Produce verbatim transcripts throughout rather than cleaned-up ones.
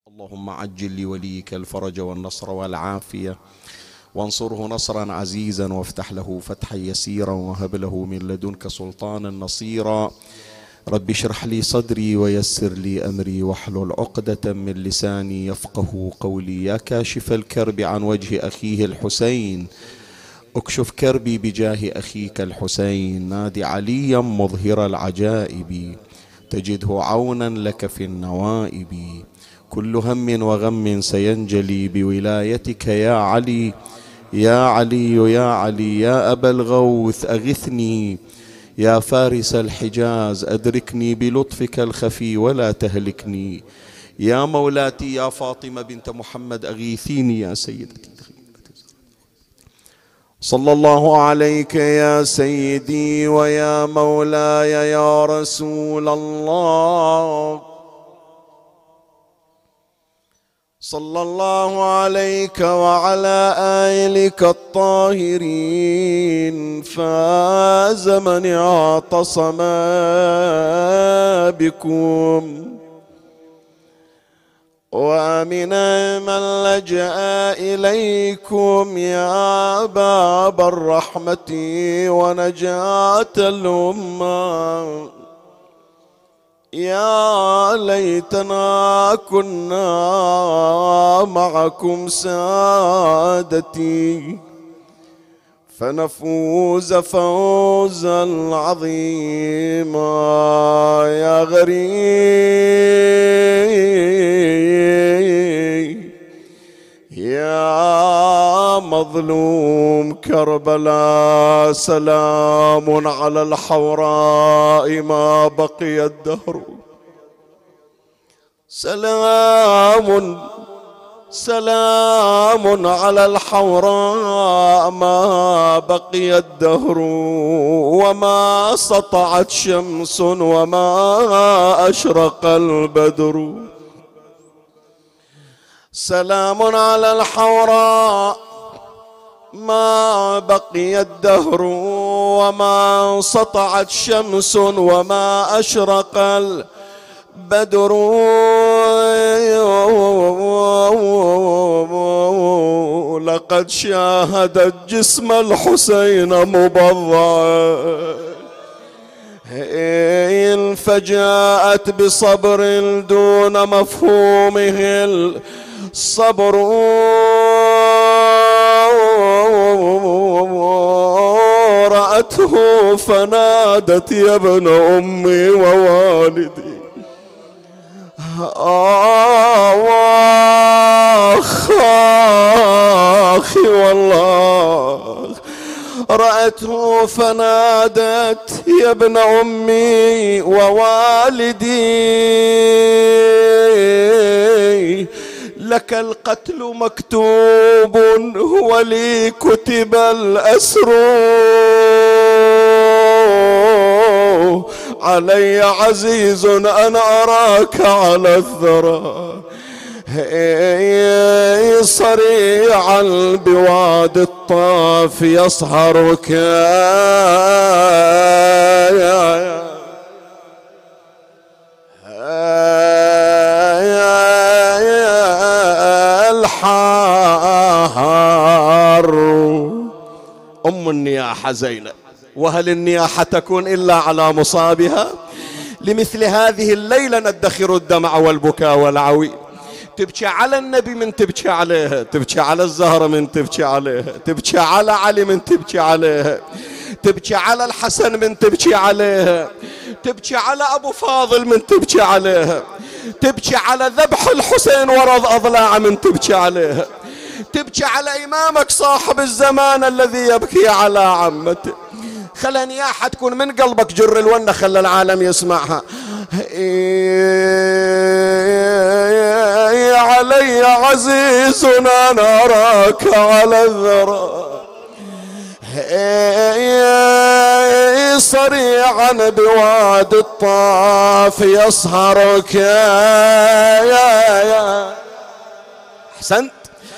اللهم عجل لوليك الفرج والنصر والعافية، وانصره نصرا عزيزا، وافتح له فتحا يسيرا، وهب له من لدنك سلطانا نصيرا. رب اشرح لي صدري ويسر لي أمري، واحلل عقدة من لساني يفقه قولي. يا كاشف الكرب عن وجه أخيه الحسين، اكشف كربي بجاه أخيك الحسين. نادي عليا مظهر العجائب، تجده عونا لك في النوائب. كل هم وغم سينجلي بولايتك يا علي، يا علي يا علي. يا أبا الغوث أغثني، يا فارس الحجاز أدركني بلطفك الخفي ولا تهلكني. يا مولاتي يا فاطمة بنت محمد أغيثيني يا سيدتي. صلى الله عليك يا سيدي ويا مولاي يا رسول الله. صلى الله عليك وعلى آلك الطاهرين. فاز من اعتصم بكم، وآمنا من لجأ إليكم يا باب الرحمة ونجاة الأمة. يا ليتنا كنا معكم سادتي، فنفوز فوزا عظيما. يا غريب يا مظلوم كربلاء، سلام على الحوراء ما بقي الدهر. سلام سلام على الحوراء ما بقي الدهر، وما سطعت شمس وما أشرق البدر. سلام على الحوراء ما بقي الدهر، وما سطعت شمس وما أشرق البدر. لقد شاهدت جسم الحسين مبضعا، إن فجاءت بصبر دون مفهومه الصبر. رأته فنادت يا ابن أمي ووالدي. آخ آخي والله. رأته فنادت يا ابن أمي ووالدي، لك القتل مكتوب ولي كتب الأسر. علي عزيز أن أراك على الثرى، صريعا بواد الطاف يصهرك. الحار أم النياحة زينب، وهل النياحة تكون إلا على مصابها؟ لمثل هذه الليلة ندخر الدمع والبكاء والعويل. تبكي على النبي من تبكي عليها، تبكي على الزهرة من تبكي عليها، تبكي على علي من تبكي عليها، تبكي على الحسن من تبكي عليها، تبكي على أبو فاضل من تبكي عليها، تبكي على ذبح الحسين ورض أضلاع من تبكي عليها، تبكي على إمامك صاحب الزمان الذي يبكي على عمته. خلى نياحة تكون من قلبك، جر الونة خلى العالم يسمعها. إيه علي عزيز أن أراك على الذرى، إيه صريعا بواد الطاف يصهرك. يا يا أحسنت.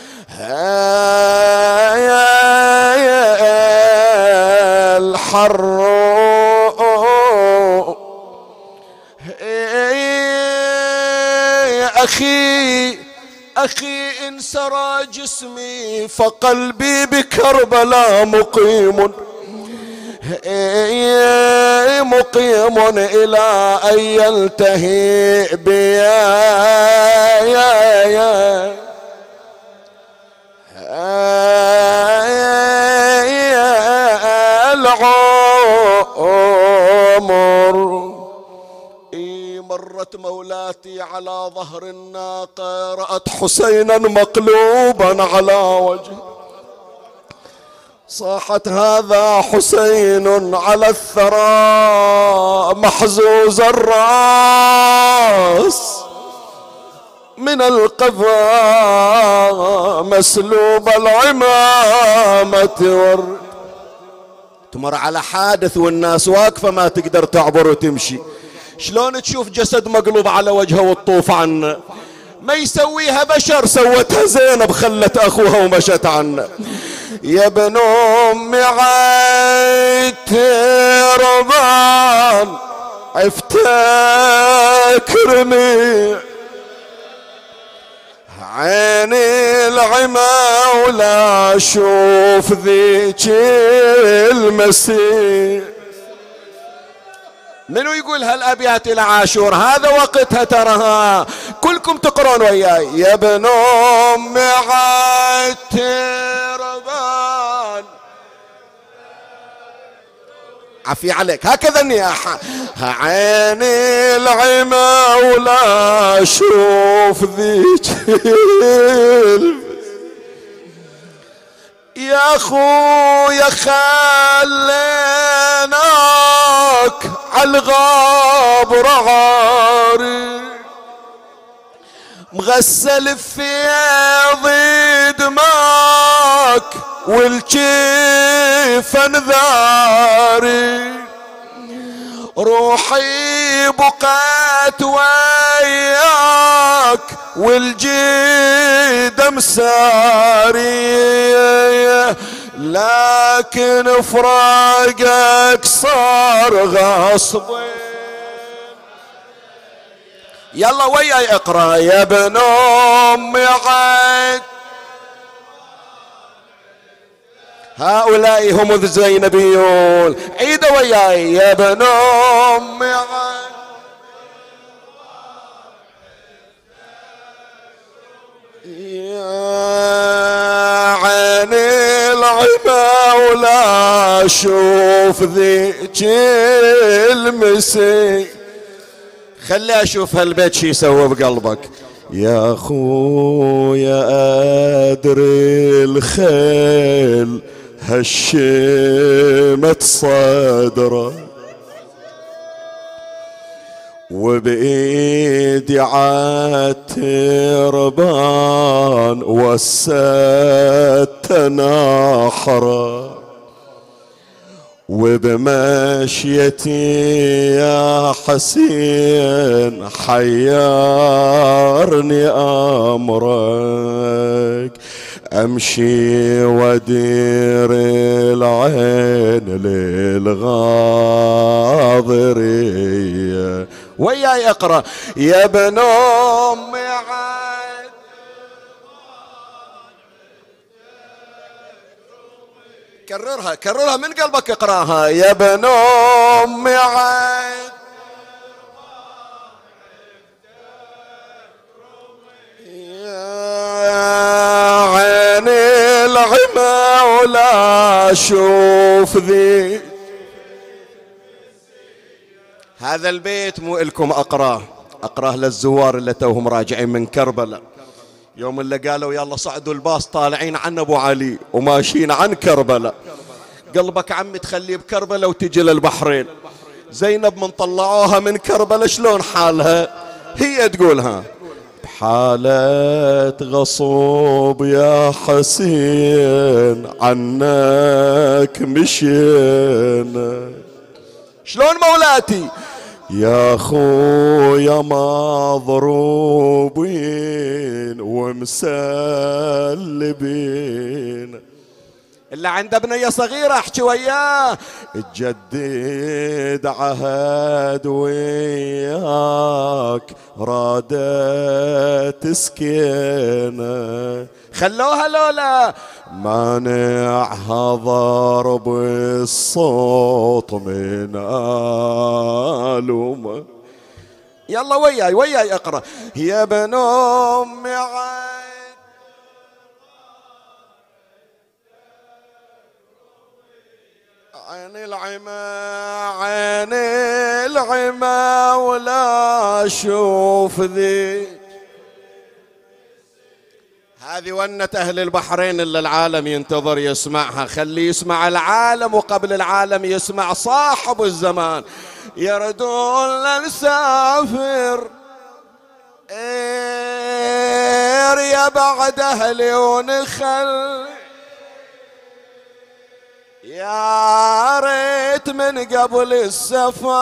الحر أخي أخي إن سرى جسمي فقلبي بكربلاء مقيم، مقيم إلى أن يلتهي بي العمر. مرت مولاتي على ظهر الناقة، رأت حسينا مقلوبا على وجهه، صاحت هذا حسين على الثرى محزوز الرأس، من القفا مسلوب العمامة ور. تمر على حادث والناس واقفة ما تقدر تعبر وتمشي، شلون تشوف جسد مقلوب على وجهه وتطوف عنه؟ ما يسويها بشر، سوتها زينب خلت أخوها ومشت عنه. يا ابن أمي عالتربان افتكرني، عيني العمى ولا أشوف ذيك المسيح. منو يقول هالأبيات إلى عاشور؟ هذا وقتها ترها، كلكم تقرون وياي. يا ابن أمي عالتربان عفي عليك، هكذا النياحة، عيني العمى ولا أشوف ذيك يا أخويا خليناك عالغاب رعاري، مغسل في دماك والجيف انذاري، روحي بقات وياك والجيد مساري، لكن فراقك صار غصبي. يلا وياي اقرا. يا ابن امي عاد، هؤلاء هم الزينبيون، عيد وياي. يا ابن امي عاد، يا عيني العمى ولا اشوف ذيك المسي. خلي اشوف هالبيت شي يسوي بقلبك. يا خويا ادري الخيل هشمت صدره، وبايدي عالتربان وسدت ناحره، وبمشيتي يا حسين حيرني أمرك، أمشي ودير العين للغاضرية. وياي اقرأ. يا ابن أمي عاد، كررها كررها من قلبك اقراها. يا ابن امي عاد، يا عيني العمى ولا اشوف ذي. هذا البيت مو إلكم، اقراه اقراه للزوار اللي توهم راجعين من كربلاء، يوم اللي قالوا يلا صعدوا الباص طالعين عن ابو علي وماشيين عن كربلاء. قلبك عمي تخليه بكربلاء وتجي للبحرين. زينب من طلعوها من كربلاء شلون حالها؟ هي تقولها بحالة غصوب يا حسين عنك مشينا. شلون مولاتي؟ يا خويا مضروبين ومسلبين، اللي عنده بنية صغيرة احكي وياه. تجدد عهد وياك رادت تسكينه، خلوها لولا مانعها ضرب الصوت من آلومه. يلا وياي وياي اقرأ. يا ابن أمي عين العمى عين العمى ولا أشوف ذيك. هذه ونة أهل البحرين اللي العالم ينتظر يسمعها. خلي يسمع العالم وقبل العالم يسمع صاحب الزمان. يردون نسافر إير يا بعد أهلي ونخل، يا ريت من قبل السفر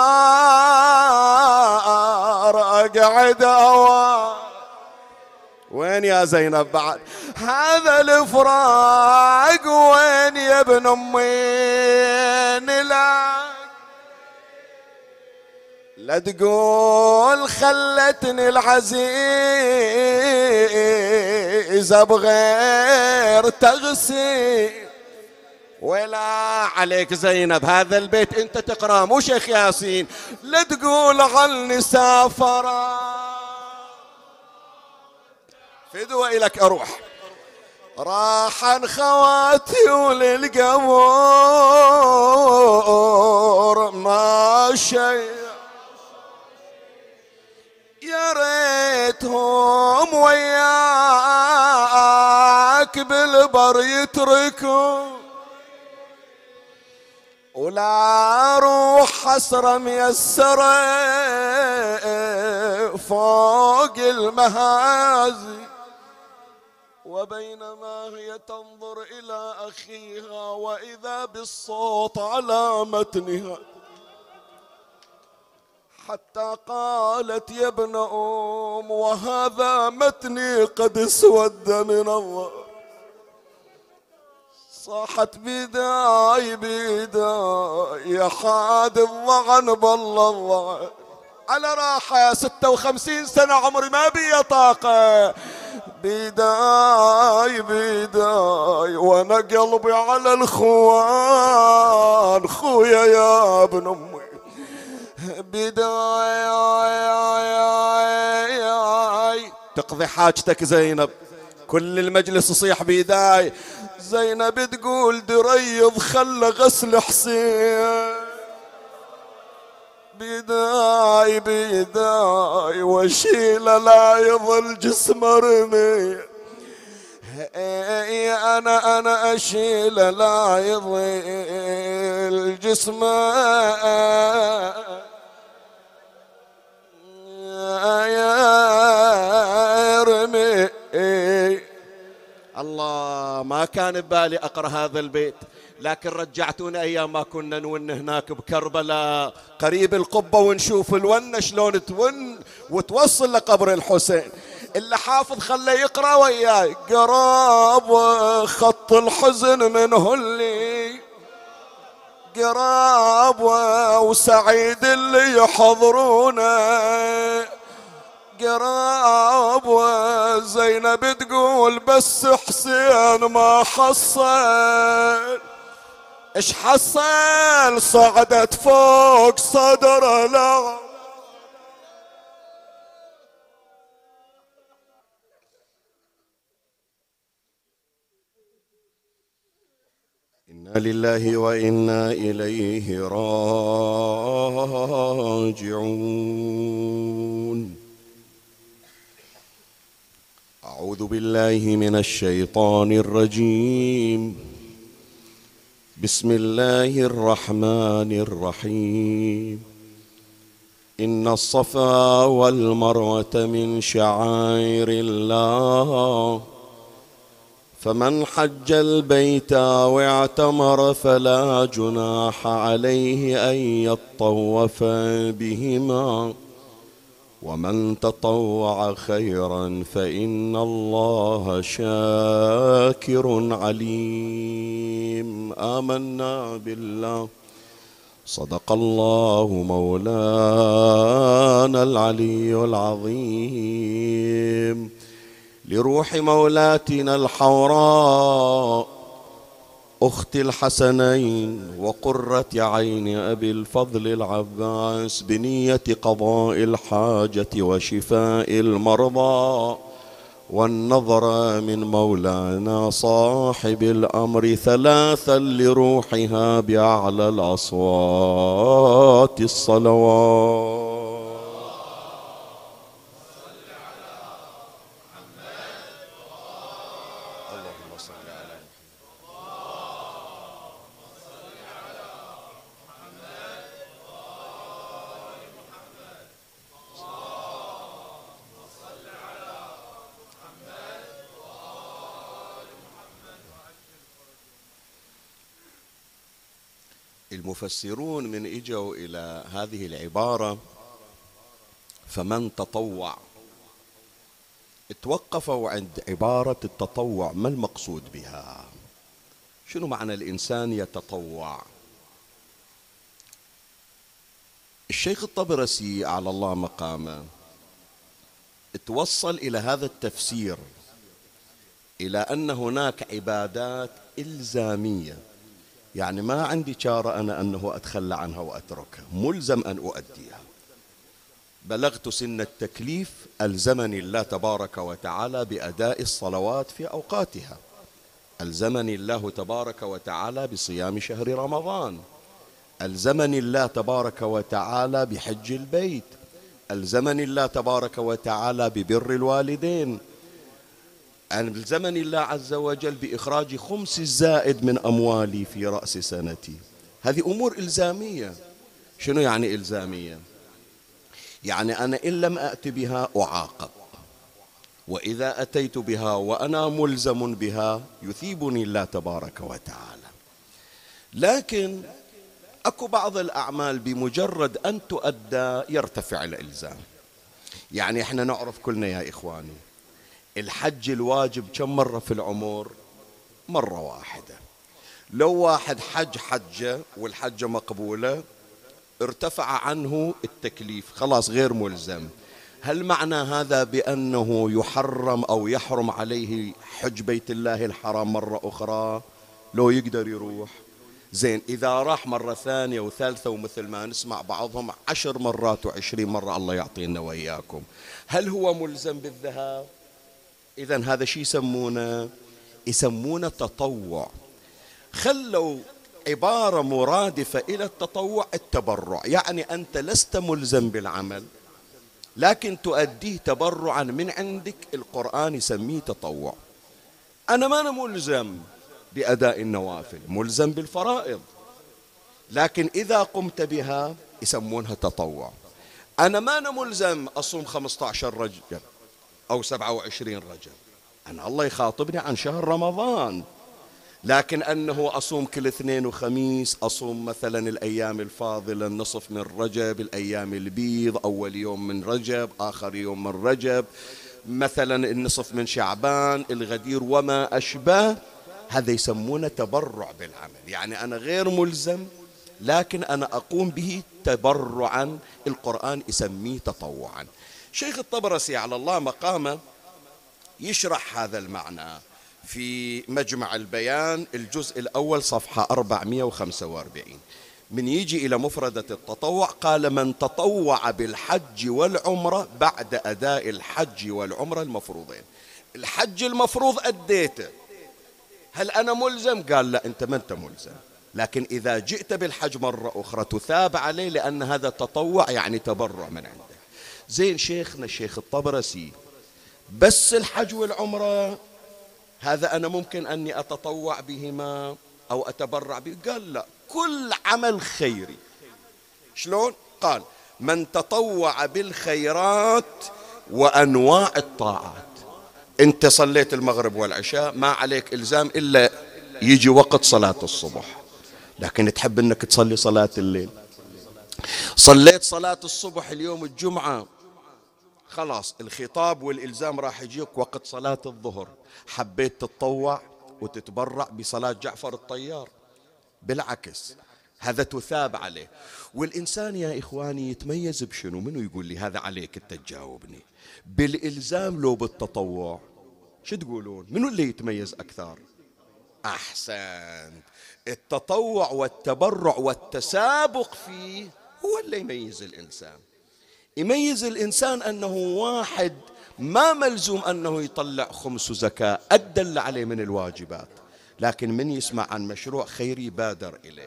أقعد أوان. وين يا زينب بعد هذا الفراق؟ وين يا ابن أمي لا لا تقول خلتني العزيزة بغير تغسيل. ولا عليك زينب، هذا البيت انت تقرأ مو شيخ ياسين. لا تقول عني سافرة فدوة إلك أروح. راحن خواتي وللقبور ما شيء، يا ريتهم وياك بالبر يتركوا، ولا روح حسرة ميسرة فوق المهازي. وبينما هي تنظر إلى أخيها وإذا بالصوت على متنها، حتى قالت يا ابن أم وهذا متني قد اسود من الله. صاحت بداي بداي يا حاد الضغن بالله الضغن. على راحة ستة وخمسين سنة عمري ما بي طاقة. بداي بداي وانا قلبي على الخوان خويا يا ابن امي. بداي تقضي حاجتك زينب، كل المجلس يصيح بداي. زينب تقول دريض خلى غسل حسين. بداي بداي واشيل لا يظل جسم رمي. انا انا اشيل لا يظل جسم رمي. الله ما كان ببالي أقرأ هذا البيت، لكن رجعتونا أيام ما كنا نون هناك بكربلاء قريب القبة ونشوف الونة شلون تون وتوصل لقبر الحسين. اللي حافظ خليه يقرأ وياي. قراب خط الحزن منه اللي قراب وسعيد اللي يحضرونه قراب. زينب تقول بس حسين ما حصل. ايش حصل؟ صعدت فوق صدره لا. إنا لله وإنا إليه راجعون. أعوذ بالله من الشيطان الرجيم. بسم الله الرحمن الرحيم. إن الصفا والمروة من شعائر الله فمن حج البيت واعتمر فلا جناح عليه أن يطوف بهما ومن تطوع خيرا فإن الله شاكر عليم. آمنا بالله صدق الله مولانا العلي العظيم. لروح مولاتنا الحوراء أخت الحسنين وقرة عين أبي الفضل العباس بنية قضاء الحاجة وشفاء المرضى والنظر من مولانا صاحب الأمر ثلاثا لروحها بأعلى الأصوات الصلوات. المفسرون من اجوا الى هذه العبارة فمن تطوع توقفوا عند عبارة التطوع. ما المقصود بها؟ شنو معنى الإنسان يتطوع؟ الشيخ الطبرسي على الله مقامه توصل إلى هذا التفسير، إلى أن هناك عبادات إلزامية، يعني ما عندي شارة أنا أنه أتخلى عنها وأتركها، ملزم أن أؤديها. بلغت سن التكليف ألزمني الله تبارك وتعالى بأداء الصلوات في أوقاتها، ألزمني الله تبارك وتعالى بصيام شهر رمضان، ألزمني الله تبارك وتعالى بحج البيت، ألزمني الله تبارك وتعالى ببر الوالدين، ألزمني الله عز وجل بإخراج خمس الزائد من أموالي في رأس سنتي. هذه أمور إلزامية. شنو يعني إلزامية؟ يعني أنا إن لم أأت بها أعاقب، وإذا أتيت بها وأنا ملزم بها يثيبني الله تبارك وتعالى. لكن أكو بعض الأعمال بمجرد أن تؤدى يرتفع الإلزام. يعني إحنا نعرف كلنا يا إخواني الحج الواجب كم مرة في العمر؟ مرة واحدة. لو واحد حج حجة والحجة مقبولة ارتفع عنه التكليف، خلاص غير ملزم. هل معنى هذا بأنه يحرم أو يحرم عليه حج بيت الله الحرام مرة أخرى؟ لو يقدر يروح زين. إذا راح مرة ثانية وثالثة ومثل ما نسمع بعضهم عشر مرات وعشرين مرة، الله يعطينا وإياكم، هل هو ملزم بالذهاب؟ إذن هذا شيء يسمونه يسمونه تطوع. خلوا عبارة مرادفة إلى التطوع التبرع، يعني أنت لست ملزم بالعمل لكن تؤديه تبرعا من عندك. القرآن يسميه تطوع. أنا ما أنا ملزم بأداء النوافل، ملزم بالفرائض، لكن إذا قمت بها يسمونها تطوع. أنا ما أنا ملزم أصوم خمسة عشر رجب أو سبعة وعشرين رجب، أنا الله يخاطبني عن شهر رمضان، لكن أنه أصوم كل اثنين وخميس، أصوم مثلا الأيام الفاضلة النصف من رجب، الأيام البيض، أول يوم من رجب، آخر يوم من رجب، مثلا النصف من شعبان، الغدير وما أشبه، هذا يسمونه تبرع بالعمل. يعني أنا غير ملزم لكن أنا أقوم به تبرعا، القرآن يسميه تطوعا. شيخ الطبرسي على الله مقامه يشرح هذا المعنى في مجمع البيان الجزء الأول صفحة أربعمئة وخمسة وأربعين. من يجي إلى مفردة التطوع قال من تطوع بالحج والعمرة بعد أداء الحج والعمرة المفروضين. الحج المفروض أديته، هل أنا ملزم؟ قال لا، أنت ما أنت ملزم، لكن إذا جئت بالحج مرة أخرى تثاب عليه، لأن هذا تطوع يعني تبرع من عنده. زين شيخنا الشيخ الطبرسي بس الحج والعمرة هذا أنا ممكن أني أتطوع بهما أو أتبرع به؟ قال لا، كل عمل خيري. شلون؟ قال من تطوع بالخيرات وأنواع الطاعات. أنت صليت المغرب والعشاء ما عليك إلزام إلا يجي وقت صلاة الصبح، لكن تحب أنك تصلي صلاة الليل. صليت صلاة الصبح اليوم الجمعة خلاص الخطاب والإلزام راح يجيك وقت صلاة الظهر، حبيت تتطوع وتتبرع بصلاة جعفر الطيار، بالعكس هذا تثاب عليه. والإنسان يا إخواني يتميز بشنو؟ منو يقول لي هذا عليك أنت تجاوبني، بالإلزام لو بالتطوع؟ شو تقولون منو اللي يتميز أكثر؟ أحسن، التطوع والتبرع والتسابق فيه هو اللي يميز الإنسان. يميز الإنسان أنه واحد ما ملزوم أنه يطلع خمس زكاة، أدى اللي عليه من الواجبات، لكن من يسمع عن مشروع خيري بادر إليه.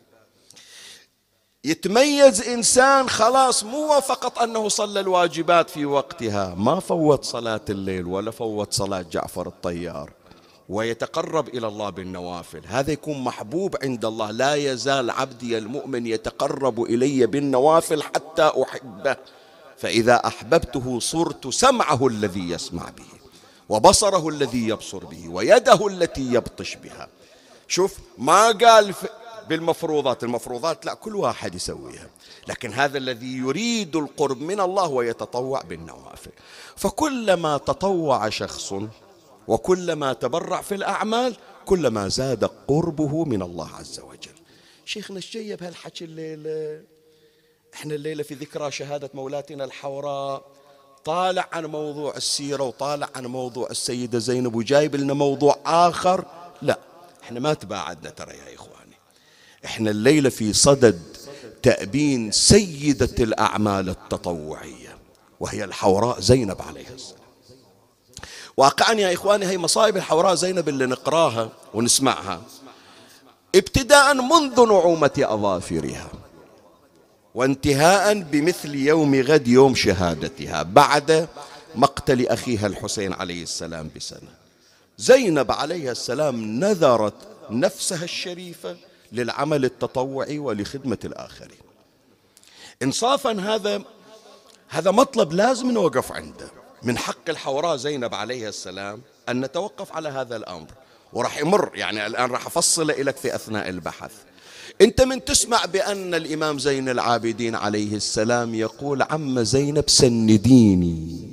يتميز إنسان خلاص مو فقط أنه صلى الواجبات في وقتها، ما فوت صلاة الليل ولا فوت صلاة جعفر الطيار، ويتقرب إلى الله بالنوافل، هذا يكون محبوب عند الله. لا يزال عبدي المؤمن يتقرب إلي بالنوافل حتى أحبه، فإذا أحببته صرت سمعه الذي يسمع به، وبصره الذي يبصر به، ويده التي يبطش بها. شوف ما قال بالمفروضات، المفروضات لا كل واحد يسويها، لكن هذا الذي يريد القرب من الله ويتطوع بالنوافل. فكلما تطوع شخص وكلما تبرع في الأعمال كلما زاد قربه من الله عز وجل. شيخنا ايش جايب هالحكي الليلة؟ احنا الليلة في ذكرى شهادة مولاتنا الحوراء، طالع عن موضوع السيرة وطالع عن موضوع السيدة زينب وجايب لنا موضوع آخر. لا احنا ما تباعدنا ترى يا إخواني، احنا الليلة في صدد تأبين سيدة الأعمال التطوعية وهي الحوراء زينب عليها السلام. واقعا يا إخواني هي مصائب الحوراء زينب اللي نقراها ونسمعها ابتداء منذ نعومة أظافرها وانتهاء بمثل يوم غد يوم شهادتها بعد مقتل أخيها الحسين عليه السلام بسنة. زينب عليها السلام نذرت نفسها الشريفة للعمل التطوعي ولخدمة الآخرين. إنصافا هذا هذا مطلب لازم نوقف عنده. من حق الحوراء زينب عليها السلام أن نتوقف على هذا الأمر، وراح يمر يعني الآن راح أفصل لك في أثناء البحث. أنت من تسمع بأن الإمام زين العابدين عليه السلام يقول عم زينب سنديني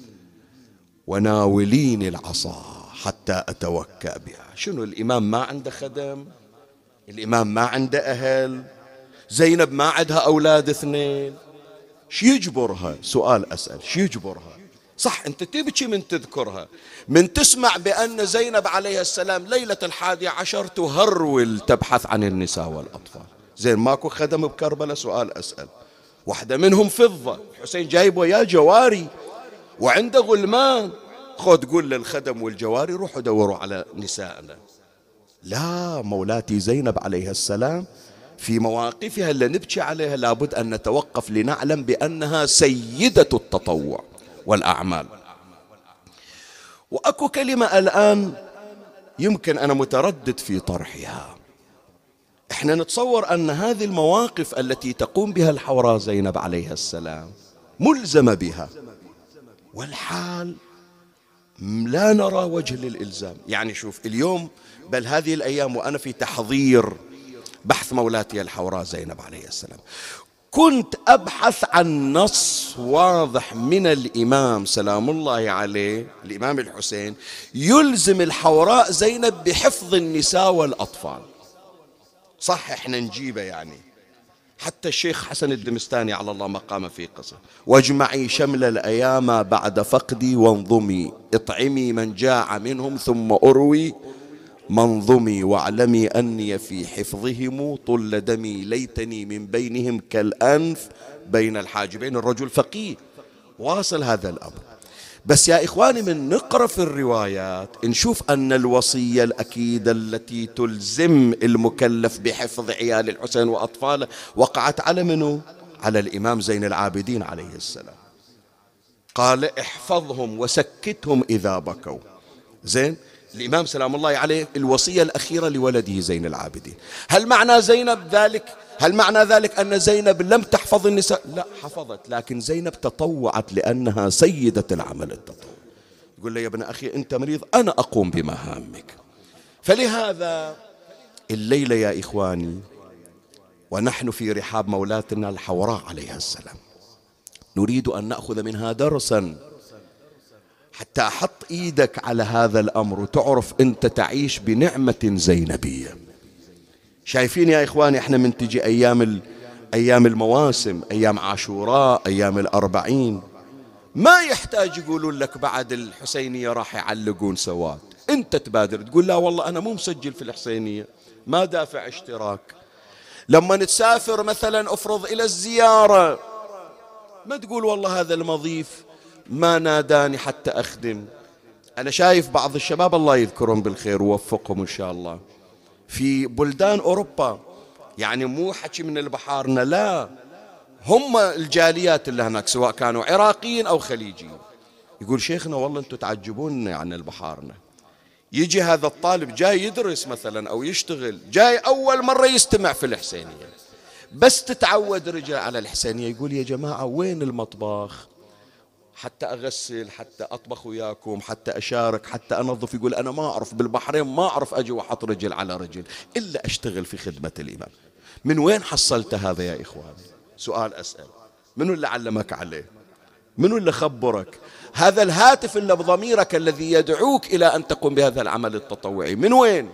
وناوليني العصا حتى أتوكأ بها. شنو الإمام ما عنده خدم؟ الإمام ما عنده أهل؟ زينب ما عندها أولاد اثنين؟ شو يجبرها؟ سؤال أسأل، شو يجبرها؟ صح أنت تبكي من تذكرها، من تسمع بأن زينب عليها السلام ليلة الحادي عشر تهرول تبحث عن النساء والأطفال. زين ماكو خدم بكربلاء؟ سؤال أسأل. واحدة منهم فضة، الحسين جايب وياه جواري وعنده غلمان، خذ قول للخدم والجواري روحوا دوروا على نسائنا. لا، مولاتي زينب عليها السلام في مواقفها اللي نبكي عليها لابد أن نتوقف لنعلم بأنها سيدة التطوع والأعمال. وأكو كلمة الآن يمكن أنا متردد في طرحها. إحنا نتصور أن هذه المواقف التي تقوم بها الحوراء زينب عليها السلام ملزمة بها، والحال لا نرى وجه للإلزام. يعني شوف اليوم بل هذه الأيام وأنا في تحضير بحث مولاتي الحوراء زينب عليه السلام كنت أبحث عن نص واضح من الإمام سلام الله عليه الإمام الحسين يلزم الحوراء زينب بحفظ النساء والأطفال. صح احنا نجيبه يعني، حتى الشيخ حسن الدمستاني على الله مقام في قصة واجمعي شمل الأيام بعد فقدي وانظمي اطعمي من جاع منهم ثم أروي منظمي واعلمي أني في حفظهم طل دمي ليتني من بينهم كالأنف بين الحاجبين. الرجل فقيه واصل هذا الأمر. بس يا إخواني من نقرأ في الروايات نشوف أن الوصية الأكيدة التي تلزم المكلف بحفظ عيال الحسين وأطفاله وقعت على منه؟ على الإمام زين العابدين عليه السلام. قال احفظهم وسكتهم إذا بكوا. زين الإمام سلام الله عليه الوصية الأخيرة لولده زين العابدين. هل معنى زينب ذلك هل معنى ذلك أن زينب لم تحفظ النساء؟ لا حفظت، لكن زينب تطوعت لأنها سيدة العمل التطوع. يقول له يا ابن أخي أنت مريض أنا أقوم بمهامك. فلهذا الليلة يا إخواني ونحن في رحاب مولاتنا الحوراء عليها السلام نريد أن نأخذ منها درسا حتى أحط إيدك على هذا الأمر وتعرف أنت تعيش بنعمة زينبية. شايفين يا إخواني، إحنا من تجي أيام ال... أيام المواسم، أيام عاشوراء، أيام الأربعين، ما يحتاج يقولون لك بعد الحسينية راح يعلقون سواد، أنت تبادر تقول لا والله أنا مو مسجل في الحسينية، ما دافع اشتراك. لما نتسافر مثلا أفرض إلى الزيارة، ما تقول والله هذا المضيف ما ناداني حتى أخدم. أنا شايف بعض الشباب الله يذكرهم بالخير ووفقهم إن شاء الله في بلدان أوروبا، يعني مو حكي من البحارنا، لا، هم الجاليات اللي هناك سواء كانوا عراقيين أو خليجيين، يقول شيخنا والله أنتم تعجبون عن البحارنا. يجي هذا الطالب جاي يدرس مثلا أو يشتغل، جاي أول مرة يستمع في الحسينية، بس تتعود رجل على الحسينية، يقول يا جماعة وين المطبخ حتى أغسل، حتى أطبخ وياكم، حتى أشارك، حتى أنظف. يقول أنا ما أعرف بالبحرين، ما أعرف أجي وأحط رجل على رجل إلا أشتغل في خدمة الإمام. من وين حصلت هذا يا إخوان؟ سؤال أسأل، منو اللي علمك عليه؟ منو اللي خبرك؟ هذا الهاتف اللي بضميرك الذي يدعوك إلى أن تقوم بهذا العمل التطوعي من وين؟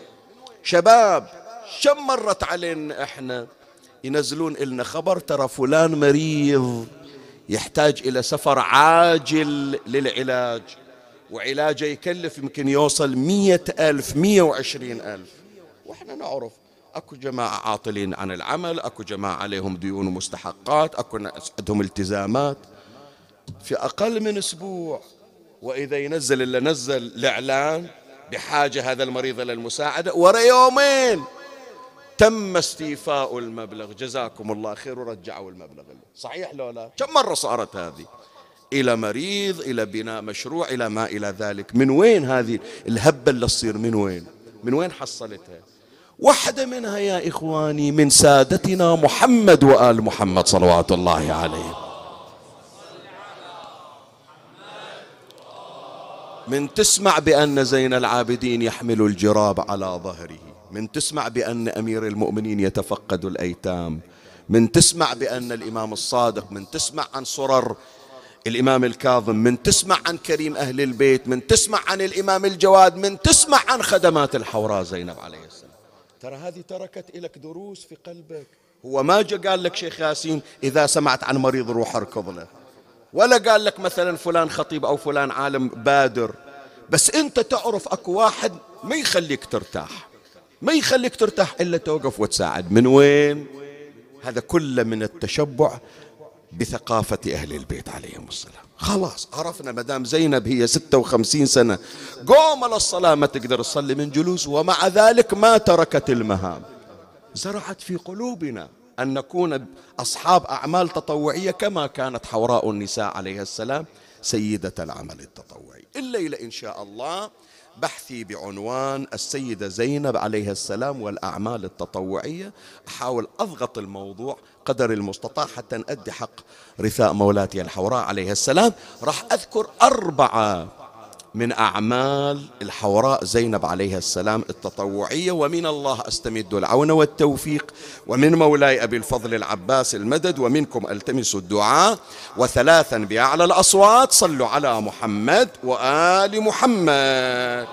شباب كم مرت علينا إحنا ينزلون إلنا خبر ترى فلان مريض يحتاج إلى سفر عاجل للعلاج، وعلاجه يكلف يمكن يوصل مية ألف مية وعشرين ألف، وإحنا نعرف أكو جماعة عاطلين عن العمل، أكو جماعة عليهم ديون ومستحقات، أكو ناس عندهم التزامات. في أقل من أسبوع وإذا ينزل إلا نزل الإعلان بحاجة هذا المريض للمساعدة، ورا يومين تم استيفاء المبلغ، جزاكم الله خير، ورجعوا المبلغ. صحيح لو لا؟ كم مرة صارت هذه؟ إلى مريض، إلى بناء مشروع، إلى ما إلى ذلك. من وين هذه الهبة اللي تصير؟ من وين؟ من وين حصلتها؟ واحدة منها يا إخواني من سادتنا محمد وآل محمد صلوات الله عليه. من تسمع بأن زين العابدين يحمل الجراب على ظهره، من تسمع بأن أمير المؤمنين يتفقد الأيتام، من تسمع بأن الإمام الصادق، من تسمع عن صرر الإمام الكاظم، من تسمع عن كريم أهل البيت، من تسمع عن الإمام الجواد، من تسمع عن خدمات الحوراء زينب عليه السلام، ترى هذه تركت لك دروس في قلبك. هو ما جاء قال لك شيخ ياسين إذا سمعت عن مريض روح اركض له، ولا قال لك مثلا فلان خطيب أو فلان عالم بادر، بس أنت تعرف أكو واحد ما يخليك ترتاح، ما يخليك ترتاح إلا توقف وتساعد. من وين؟ هذا كله من التشبع بثقافة أهل البيت عليهم السلام. خلاص عرفنا مدام زينب هي ستة وخمسين سنة قوم للصلاة ما تقدر تصلي من جلوس، ومع ذلك ما تركت المهام. زرعت في قلوبنا أن نكون أصحاب أعمال تطوعية كما كانت حوراء النساء عليها السلام سيدة العمل التطوعي. الليلة إن شاء الله بحثي بعنوان السيدة زينب عليها السلام والأعمال التطوعية. أحاول أضغط الموضوع قدر المستطاع حتى نأدي حق رثاء مولاتي الحوراء عليها السلام. راح أذكر أربعة من أعمال الحوراء زينب عليها السلام التطوعية، ومن الله أستمد العون والتوفيق، ومن مولاي أبي الفضل العباس المدد، ومنكم ألتمس الدعاء. وثلاثا بأعلى الأصوات صلوا على محمد وآل محمد.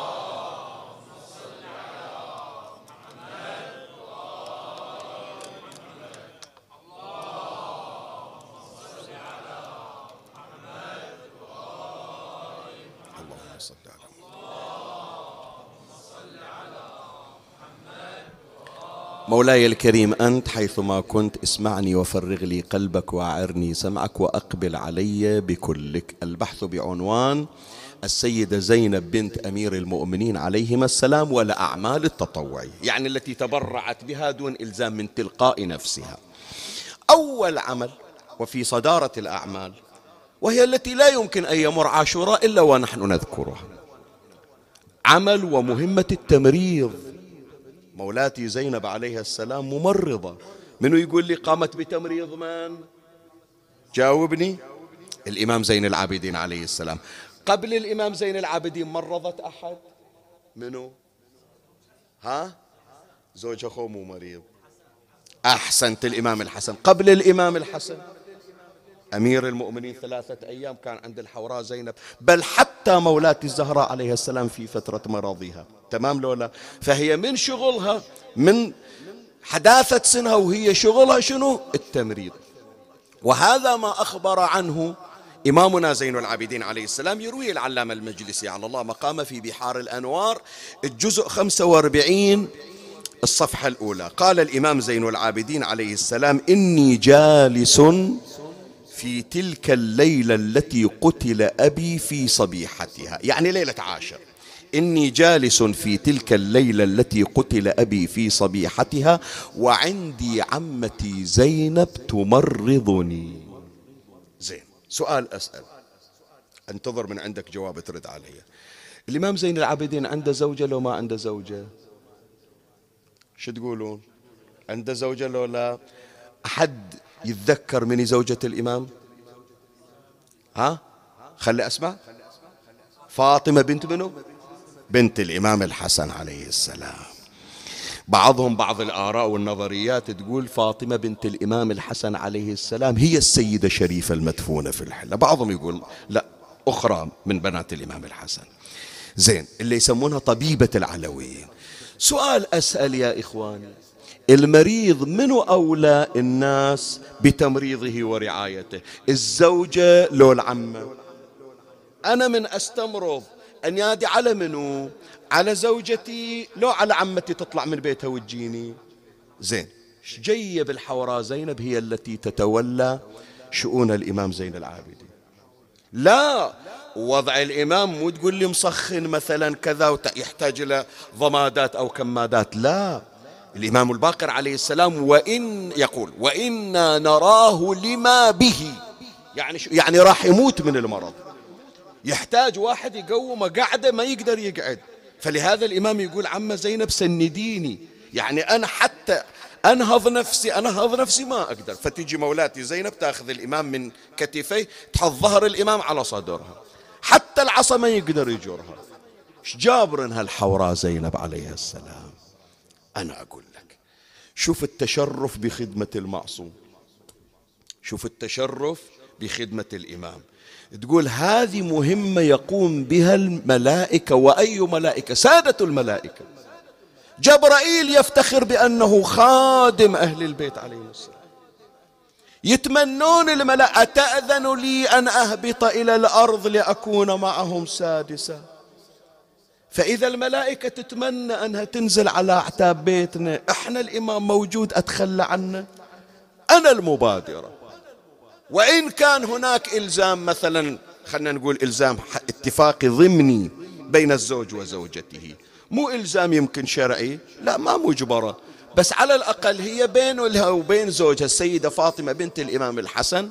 مولاي الكريم أنت حيثما كنت اسمعني وفرغ لي قلبك وأعرني سمعك وأقبل علي بكلك. البحث بعنوان السيدة زينب بنت أمير المؤمنين عليهما السلام والأعمال التطوعية، يعني التي تبرعت بها دون إلزام من تلقاء نفسها. أول عمل وفي صدارة الأعمال، وهي التي لا يمكن أن يمر عاشوراء إلا ونحن نذكرها، عمل ومهمة التمريض. مولاتي زينب عليها السلام ممرضة. منو يقول لي قامت بتمريض من؟ جاوبني. الإمام زين العابدين عليه السلام. قبل الإمام زين العابدين مرضت أحد؟ منو؟ ها؟ زوج أخوه مو مريض. أحسنت، الإمام الحسن. قبل الإمام الحسن أمير المؤمنين ثلاثة أيام كان عند الحوراء زينب، بل حتى مولاتي الزهراء عليه السلام في فترة مرضها. تمام لولا؟ فهي من شغلها من حداثة سنها وهي شغلها شنو؟ التمريض. وهذا ما أخبر عنه إمامنا زين العابدين عليه السلام، يروي العلامة المجلسي على الله مقامه في بحار الأنوار الجزء خمسة وأربعين الصفحة الأولى. قال الإمام زين العابدين عليه السلام: إني جالس في تلك الليلة التي قتل أبي في صبيحتها، يعني ليلة عاشر. إني جالس في تلك الليلة التي قتل أبي في صبيحتها وعندي عمتي زينب تمرضني. زين، سؤال أسأل، انتظر من عندك جواب ترد علي. الإمام زين العابدين عنده زوجة لو ما عنده زوجة؟ شو تقولون؟ عنده زوجة لو لا؟ أحد يتذكر من زوجة الإمام؟ ها؟ خلي أسمع. فاطمة بنت منو؟ بنت الإمام الحسن عليه السلام. بعضهم بعض الآراء والنظريات تقول فاطمة بنت الإمام الحسن عليه السلام هي السيدة شريفة المدفونة في الحلة، بعضهم يقول لا، أخرى من بنات الإمام الحسن. زين، اللي يسمونها طبيبة العلويين. سؤال أسأل يا إخواني، المريض منو أولى الناس بتمريضه ورعايته؟ الزوجة لو العمة؟ أنا من أستمرض أنادي على منو؟ على زوجتي لو على عمتي تطلع من بيتها وتجيني؟ زين، جيب الحوراء زينب هي التي تتولى شؤون الإمام زين العابدين. لا، وضع الإمام مو تقول لي مسخن مثلا كذا ويحتاج إلى ضمادات أو كمادات، لا. الإمام الباقر عليه السلام وإن يقول وإنا نراه لما به، يعني يعني راح يموت من المرض، يحتاج واحد يقومه قاعدة ما يقدر يقعد. فلهذا الإمام يقول عم زينب سنديني، يعني أنا حتى أنهض نفسي أنهض نفسي ما أقدر. فتجي مولاتي زينب تأخذ الإمام من كتفيه، تحط ظهر الإمام على صدرها، حتى العصا ما يقدر يجرها. ايش جابرن هالحوراء زينب عليها السلام؟ أنا أقول لك، شوف التشرف بخدمة المعصوم، شوف التشرف بخدمة الإمام. تقول هذه مهمة يقوم بها الملائكة، وأي ملائكة؟ سادة الملائكة. جبرائيل يفتخر بأنه خادم أهل البيت عليهم السلام. يتمنون الملائكة أتأذن لي أن أهبط إلى الأرض لأكون معهم سادسا؟ فإذا الملائكة تتمنى أنها تنزل على أعتاب بيتنا، إحنا الإمام موجود أتخلى عنه؟ أنا المبادرة. وإن كان هناك إلزام مثلا، خلنا نقول إلزام اتفاقي ضمني بين الزوج وزوجته، مو إلزام يمكن شرعي، لا ما مجبرة، بس على الأقل هي بينها وبين زوجها السيدة فاطمة بنت الإمام الحسن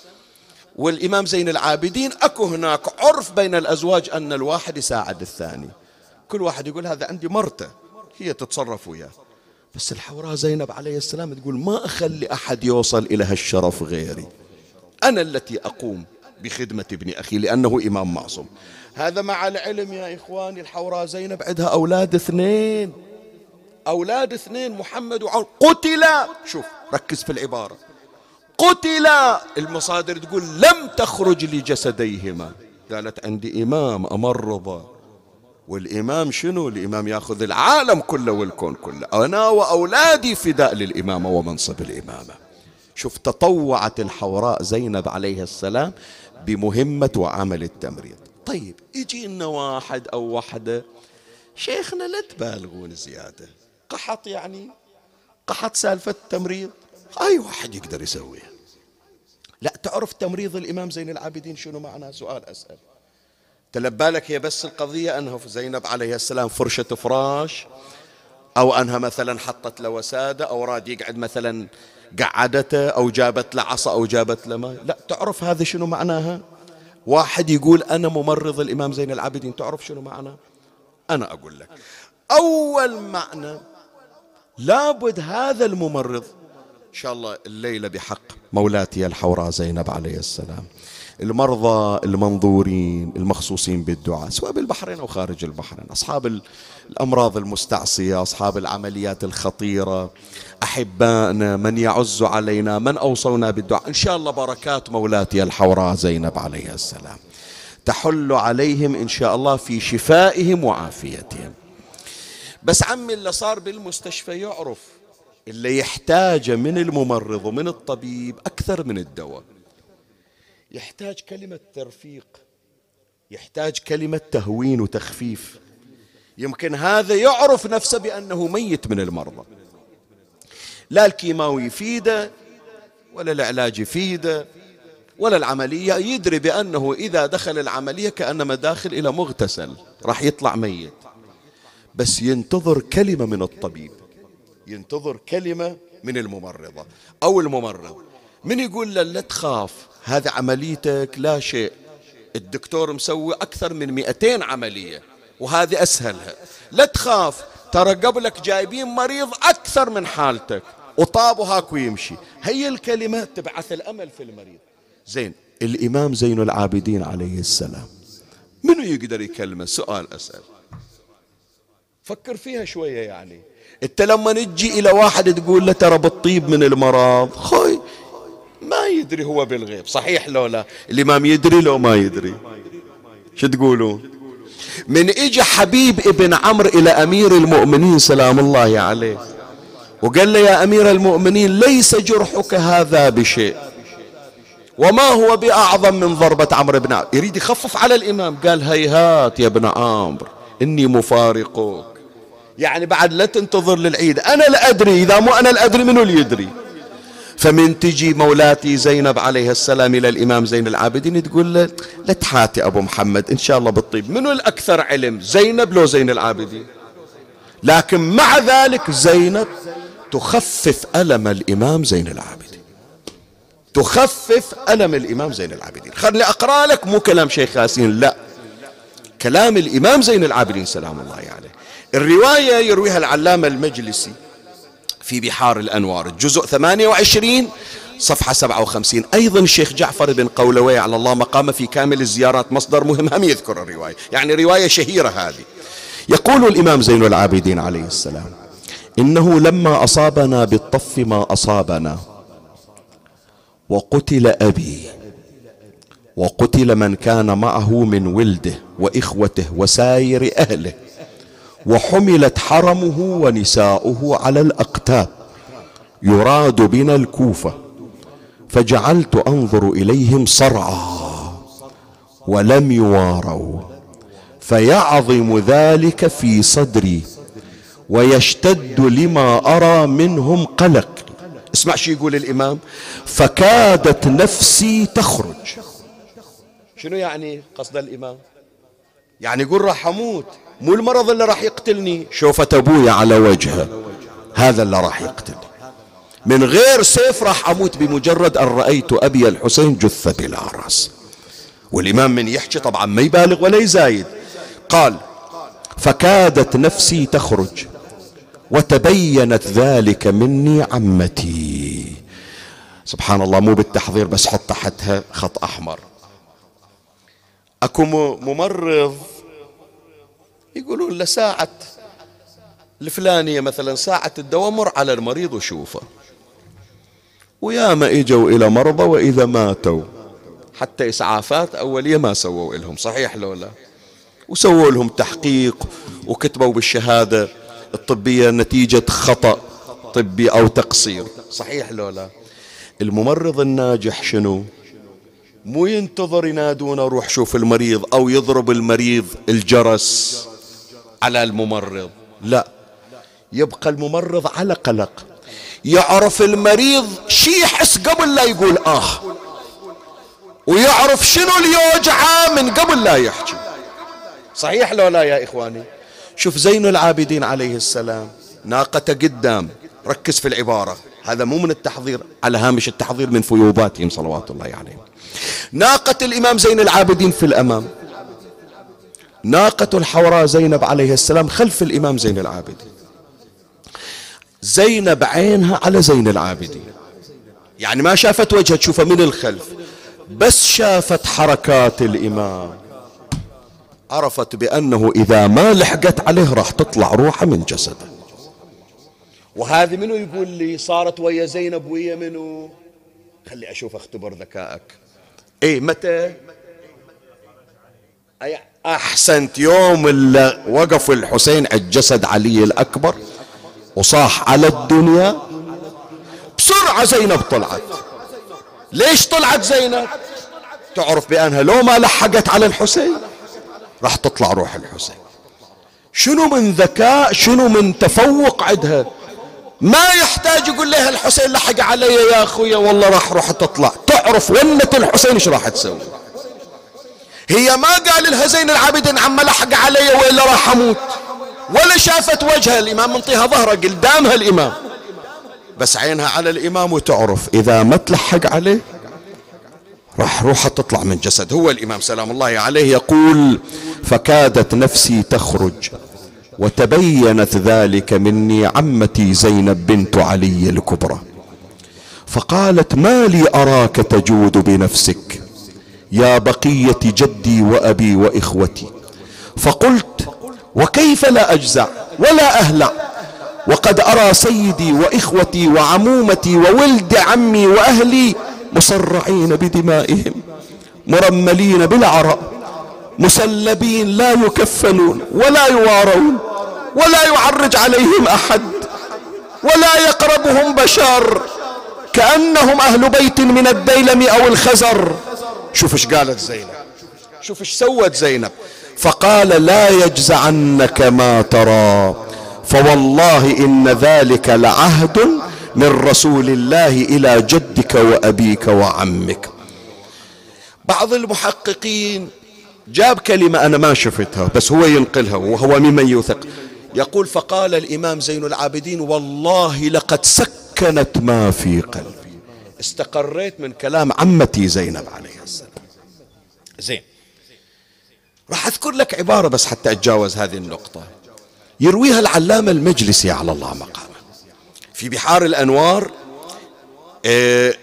والإمام زين العابدين أكو هناك عرف بين الأزواج أن الواحد يساعد الثاني. كل واحد يقول هذا عندي مرته هي تتصرف وياه. بس الحوراء زينب عليه السلام تقول ما أخلي أحد يوصل إلى هالشرف غيري، أنا التي أقوم بخدمة ابن أخي لأنه إمام معصوم. هذا مع العلم يا إخواني الحوراء زينب عندها أولاد اثنين، أولاد اثنين محمد وعمر قتلا. شوف ركز في العبارة، قتلا. المصادر تقول لم تخرج لجسديهما، قالت عندي إمام أمرضه، والإمام شنو؟ الإمام يأخذ العالم كله والكون كله، أنا وأولادي فداء للإمامة ومنصب الإمامة. شوف تطوعت الحوراء زينب عليها السلام بمهمة وعمل التمريض. طيب يجي لنا واحد أو واحدة، شيخنا لا تبالغون زيادة، قحط يعني قحط سالفة التمريض، أي واحد يقدر يسويها. لا، تعرف تمريض الإمام زين العابدين شنو معناه؟ سؤال أسأل. تلبالك هي بس القضية أنها في زينب عليه السلام فرشة فراش، أو أنها مثلا حطت له وسادة أو راد يقعد مثلا قعدته، أو جابت له عصا أو جابت له ماء؟ لا، تعرف هذا شنو معناها؟ واحد يقول أنا ممرض الإمام زين العابدين، تعرف شنو معناه؟ أنا أقول لك، أول معنى لابد هذا الممرض إن شاء الله الليلة بحق مولاتي الحوراء زينب عليه السلام المرضى المنظورين المخصوصين بالدعاء سواء بالبحرين أو خارج البحرين، أصحاب الأمراض المستعصية، أصحاب العمليات الخطيرة، أحبائنا، من يعز علينا، من أوصونا بالدعاء، إن شاء الله بركات مولاتي الحوراء زينب عليها السلام تحل عليهم إن شاء الله في شفائهم وعافيتهم. بس عمي اللي صار بالمستشفى يعرف اللي يحتاجه من الممرض ومن الطبيب أكثر من الدواء. يحتاج كلمة ترفيق، يحتاج كلمة تهوين وتخفيف. يمكن هذا يعرف نفسه بأنه ميت من المرضى، لا الكيماوي يفيده ولا العلاج يفيده ولا العملية، يدري بأنه إذا دخل العملية كأنما داخل إلى مغتسل راح يطلع ميت، بس ينتظر كلمة من الطبيب، ينتظر كلمة من الممرضة أو الممرض، من يقول له لا تخاف، هذه عمليتك لا شيء، الدكتور مسوي أكثر من مئتين عملية وهذه أسهلها، لا تخاف، ترى قبلك جايبين مريض أكثر من حالتك وطابوا هاك ويمشي. هي الكلمة تبعث الأمل في المريض. زين، الإمام زين العابدين عليه السلام منو يقدر يكلمه؟ سؤال أسأل، فكر فيها شوية. يعني انت لما نجي إلى واحد تقول له ترى بالطيب من المرض، خوي ما يدري هو بالغيب، صحيح لو لا؟ الإمام يدري لو ما يدري؟ شو تقولون؟ من اجى حبيب ابن عمرو إلى أمير المؤمنين سلام الله عليه وقال له يا أمير المؤمنين ليس جرحك هذا بشيء وما هو بأعظم من ضربة عمرو بن عمرو، يريد يخفف على الإمام، قال هيهات يا ابن عمرو إني مفارقك، يعني بعد لا تنتظر للعيد، أنا لا أدري، إذا مو أنا لا أدري منو اللي يدري. فمن تجي مولاتي زينب عليه السلام إلى الإمام زين العابدين تقول له لا تحاتي أبو محمد إن شاء الله بالطيب، منو الأكثر علم، زينب لو زين العابدين؟ لكن مع ذلك زينب تخفف ألم الإمام زين العابدين، تخفف ألم الإمام زين العابدين. خلني أقرأ لك مو كلام شيخ ياسين، لا، كلام الإمام زين العابدين سلام الله عليه. الرواية يرويها العلامة المجلسي في بحار الأنوار الجزء ثمانية وعشرين صفحة سبعة وخمسين، أيضا الشيخ جعفر بن قولوي على الله مقام في كامل الزيارات مصدر مهم هم يذكر الرواية، يعني رواية شهيرة هذه. يقول الإمام زين العابدين عليه السلام إنه لما أصابنا بالطف ما أصابنا وقتل أبي وقتل من كان معه من ولده وإخوته وسائر أهله وحملت حرمه ونساؤه على الأقتاب يراد بنا الكوفة، فجعلت أنظر إليهم صرعى ولم يواروا، فيعظم ذلك في صدري ويشتد لما أرى منهم قلق. اسمع شو يقول الإمام، فكادت نفسي تخرج. شنو يعني قصد الإمام؟ يعني يقول راح أموت، مو المرض اللي راح يقتلني، شوفة أبويا على وجهه هذا اللي راح يقتلني، من غير سيف راح أموت بمجرد أن رأيت أبي الحسين جثة بلا رأس. والإمام من يحكي طبعا ما يبالغ ولا يزايد، قال فكادت نفسي تخرج وتبينت ذلك مني عمتي. سبحان الله، مو بالتحضير بس حط تحتها خط أحمر. أكو ممرض يقولون له ساعة الفلانية مثلا ساعة الدواء مر على المريض وشوفه، وياما اجوا إلى مرضى وإذا ماتوا حتى إسعافات أولية ما سووا لهم، صحيح لو لا؟ وسووا لهم تحقيق وكتبوا بالشهادة الطبية نتيجة خطأ طبي أو تقصير، صحيح لو لا؟ الممرض الناجح شنو؟ مو ينتظر ينادونه روح شوف المريض أو يضرب المريض الجرس على الممرض، لا، يبقى الممرض على قلق، يعرف المريض شي يحس قبل لا يقول آه، ويعرف شنو اللي يوجعه من قبل لا يحكي، صحيح لو لا يا إخواني؟ شوف زين العابدين عليه السلام ناقته قدام، ركز في العبارة، هذا مو من التحضير، على هامش التحضير من فيوباتهم صلوات الله عليهم. ناقة الإمام زين العابدين في الأمام، ناقة الحوراء زينب عليه السلام خلف الإمام زين العابدين. زينب عينها على زين العابدين، يعني ما شافت وجهه تشوفه من الخلف، بس شافت حركات الإمام عرفت بأنه إذا ما لحقت عليه راح تطلع روحه من جسده. وهذه منو يقول لي صارت ويا زينب ويا منو؟ خلي أشوف اختبر ذكائك. ايه متى؟ أي أحسنت، يوم اللي وقف الحسين على جسد علي الأكبر وصاح على الدنيا بسرعة زينب طلعت. ليش طلعت زينب؟ تعرف بأنها لو ما لحقت على الحسين راح تطلع روح الحسين. شنو من ذكاء، شنو من تفوق عندها، ما يحتاج يقول لها الحسين لحق علي يا أخويا والله راح روح تطلع، تعرف ونة الحسين ايش راح تسوي. هي ما قال لها زين العابدين عم لحق علي وإلا راح أموت، ولا شافت وجه الإمام منطيها ظهره قدامها الإمام، بس عينها على الإمام وتعرف إذا ما تلحق عليه راح روحها تطلع من جسد. هو الإمام سلام الله عليه يقول: فكادت نفسي تخرج وتبينت ذلك مني عمتي زينب بنت علي الكبرى، فقالت: ما لي أراك تجود بنفسك يا بقية جدي وأبي وإخوتي. فقلت: وكيف لا أجزع ولا أهلع وقد أرى سيدي وإخوتي وعمومتي وولد عمي وأهلي مصرعين بدمائهم مرملين بالعراء مسلبين لا يكفنون ولا يوارون ولا يعرج عليهم أحد ولا يقربهم بشر كأنهم أهل بيت من الديلم أو الخزر. شوف ايش قالت زينب، شوف ايش سوت زينب. فقال: لا يجزعنك ما ترى فوالله إن ذلك لعهد من رسول الله إلى جدك وأبيك وعمك. بعض المحققين جاب كلمة أنا ما شفتها بس هو ينقلها وهو ممن يوثق، يقول: فقال الإمام زين العابدين: والله لقد سكنت ما في قلبي، استقريت من كلام عمتي زينب عليه السلام. زين، راح أذكر لك عبارة بس حتى أتجاوز هذه النقطة، يرويها العلامة المجلسي على الله مقامه في بحار الأنوار، آه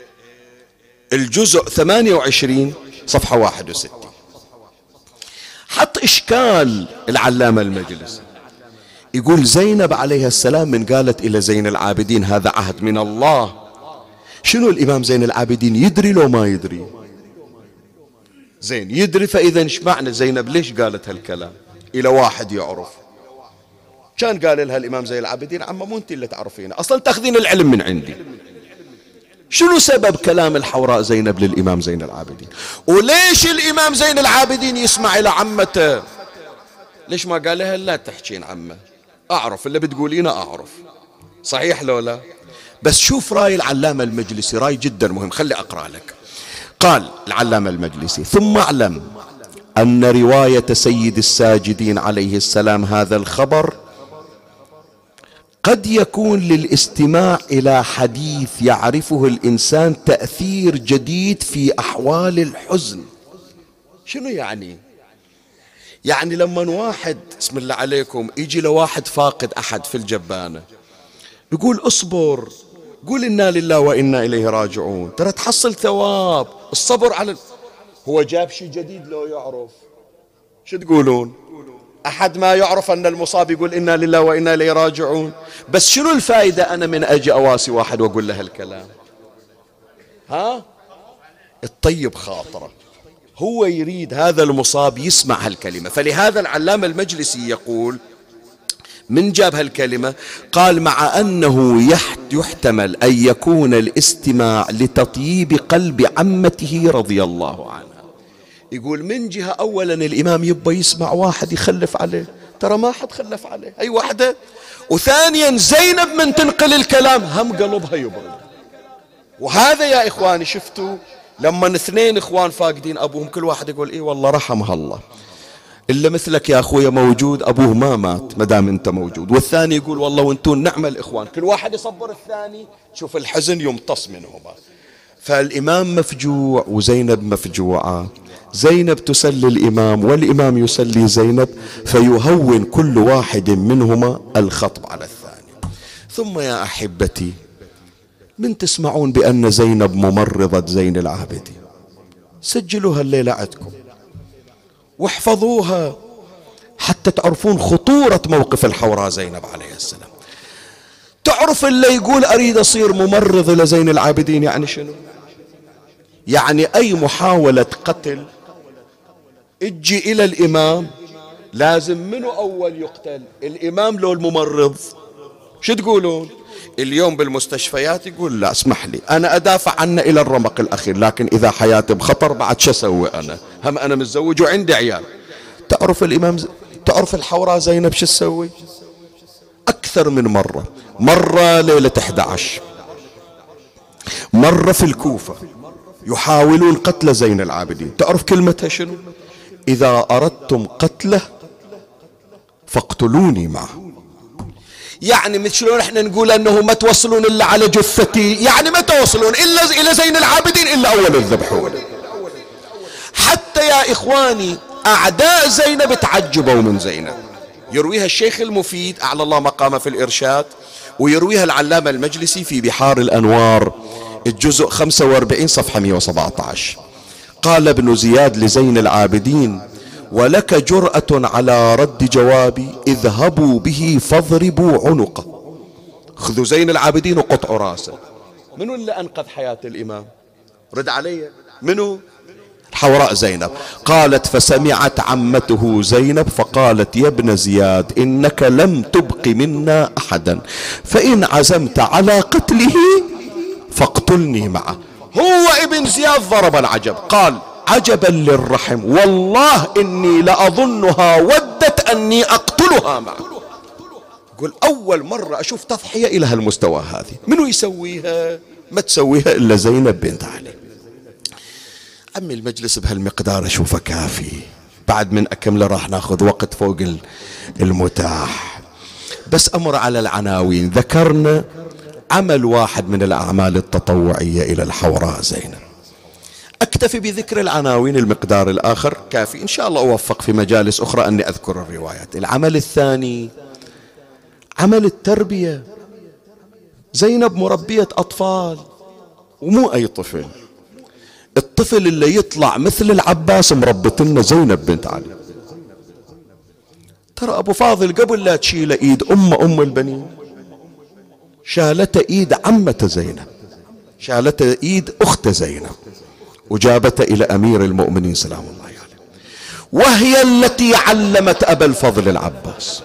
الجزء ثمانية وعشرين صفحة واحد وستين. حط إشكال العلامة المجلسي، يقول: زينب عليها السلام من قالت إلى زين العابدين هذا عهد من الله، شنو الإمام زين العابدين يدري لو ما يدري؟ زين يدري، فإذا ايش معنى زينب ليش قالت هالكلام إلى واحد يعرف؟ كان قال لها الإمام زين العابدين: عمّا مو انت اللي تعرفين، أصلا تاخذين العلم من عندي. شنو سبب كلام الحوراء زينب للإمام زين العابدين؟ وليش الإمام زين العابدين يسمع إلى عمته؟ ليش ما قال لها لا تحكين عمه، أعرف اللي بتقولينه أعرف، صحيح لو لا؟ بس شوف رأي العلامة المجلسي، رأي جدا مهم، خلي أقرأ لك. قال العلامة المجلسي: ثم اعلم أن رواية سيد الساجدين عليه السلام هذا الخبر قد يكون للاستماع إلى حديث يعرفه الإنسان تأثير جديد في أحوال الحزن. شنو يعني؟ يعني لما واحد بسم الله عليكم يجي لواحد فاقد أحد في الجبانة يقول: اصبر، قول إنا لله وإنا إليه راجعون، ترى تحصل ثواب الصبر على. هو جاب شيء جديد لو يعرف، شو تقولون؟ أحد ما يعرف أن المصاب يقول إنا لله وإنا إليه راجعون، بس شنو الفائدة أنا من أجي أواسي واحد وأقول له الكلام؟ ها؟ الطيب خاطره، هو يريد هذا المصاب يسمع هالكلمة. فلهذا العلامة المجلسي يقول من جاب هالكلمة، قال: مع أنه يحتمل أن يكون الاستماع لتطيب قلب عمته رضي الله عنها. يقول من جهة أولا الإمام يبقى يسمع واحد يخلف عليه، ترى ما حد خلف عليه أي واحدة، وثانيا زينب من تنقل الكلام هم قلبها يبرد. وهذا يا إخواني شفتوا لما اثنين إخوان فاقدين أبوهم كل واحد يقول: إيه والله رحمها الله، إلا مثلك يا أخويا موجود أبوه ما مات مدام أنت موجود، والثاني يقول والله وانتون نعم الإخوان، كل واحد يصبر الثاني، شوف الحزن يمتص منهما. فالإمام مفجوع وزينب مفجوعة، زينب تسلي الإمام والإمام يسلي زينب، فيهون كل واحد منهما الخطب على الثاني. ثم يا أحبتي من تسمعون بأن زينب ممرضة زين العابدين، سجلوها الليلة عندكم واحفظوها حتى تعرفون خطورة موقف الحوراء زينب عليه السلام. تعرف اللي يقول أريد أصير ممرض لزين العابدين يعني شنو؟ يعني أي محاولة قتل اجي إلى الإمام لازم منو أول يقتل، الإمام لو الممرض؟ شو تقولون؟ اليوم بالمستشفيات يقول لا اسمح لي أنا أدافع عنه إلى الرمق الأخير، لكن إذا حياتي بخطر بعد شو أسوي أنا؟ هم أنا متزوج وعندي عيال. تعرف الإمام ز... تعرف الحوراء زينب شو تسوي؟ أكثر من مرة، مرة ليلة أحد عشر، مرة في الكوفة يحاولون قتل زين العابدين. تعرف كلمتها شنو؟ إذا أردتم قتله فاقتلوني معه. يعني مثل شلون احنا نقول انه ما توصلون الا على جثتي، يعني ما توصلون الا الى زين العابدين الا اول الذبحون. حتى يا اخواني اعداء زينب تعجبوا من زينب. يرويها الشيخ المفيد اعلى الله مقامه في الارشاد، ويرويها العلامة المجلسي في بحار الانوار الجزء خمسة وأربعين صفحة مئة وسبعة عشر. قال ابن زياد لزين العابدين: ولك جرأة على رد جوابي، اذهبوا به فاضربوا عنقه. خذوا زين العابدين وقطعوا راسه. منو اللي أنقذ حياة الإمام؟ رد علي، منو؟ الحوراء زينب. قالت: فسمعت عمته زينب فقالت: يا ابن زياد إنك لم تبق منا أحدا، فإن عزمت على قتله فاقتلني معه. هو ابن زياد ضرب العجب، قال: عجبا للرحم، والله إني لأظنها ودت أني أقتلها معه. يقول أول مرة أشوف تضحية إلى هالمستوى هذه. منو يسويها؟ ما تسويها إلا زينب بنت علي. عمي المجلس بهالمقدار أشوفه كافي، بعد من أكمله راح ناخذ وقت فوق المتاح. بس أمر على العناوين. ذكرنا عمل واحد من الأعمال التطوعية إلى الحوراء زينب. أكتفي بذكر العناوين، المقدار الآخر كافي، إن شاء الله أوفق في مجالس أخرى أني أذكر الروايات. العمل الثاني عمل التربية. زينب مربية أطفال، ومو أي طفل، الطفل اللي يطلع مثل العباس مربتنا زينب بنت علي. ترى أبو فاضل قبل لا تشيل إيد أم أم البنين شالته إيد عمة زينب، شالته إيد أخت زينب، وجابته إلى أمير المؤمنين سلام الله عليه، يعني. وهي التي علمت أبا الفضل العباس.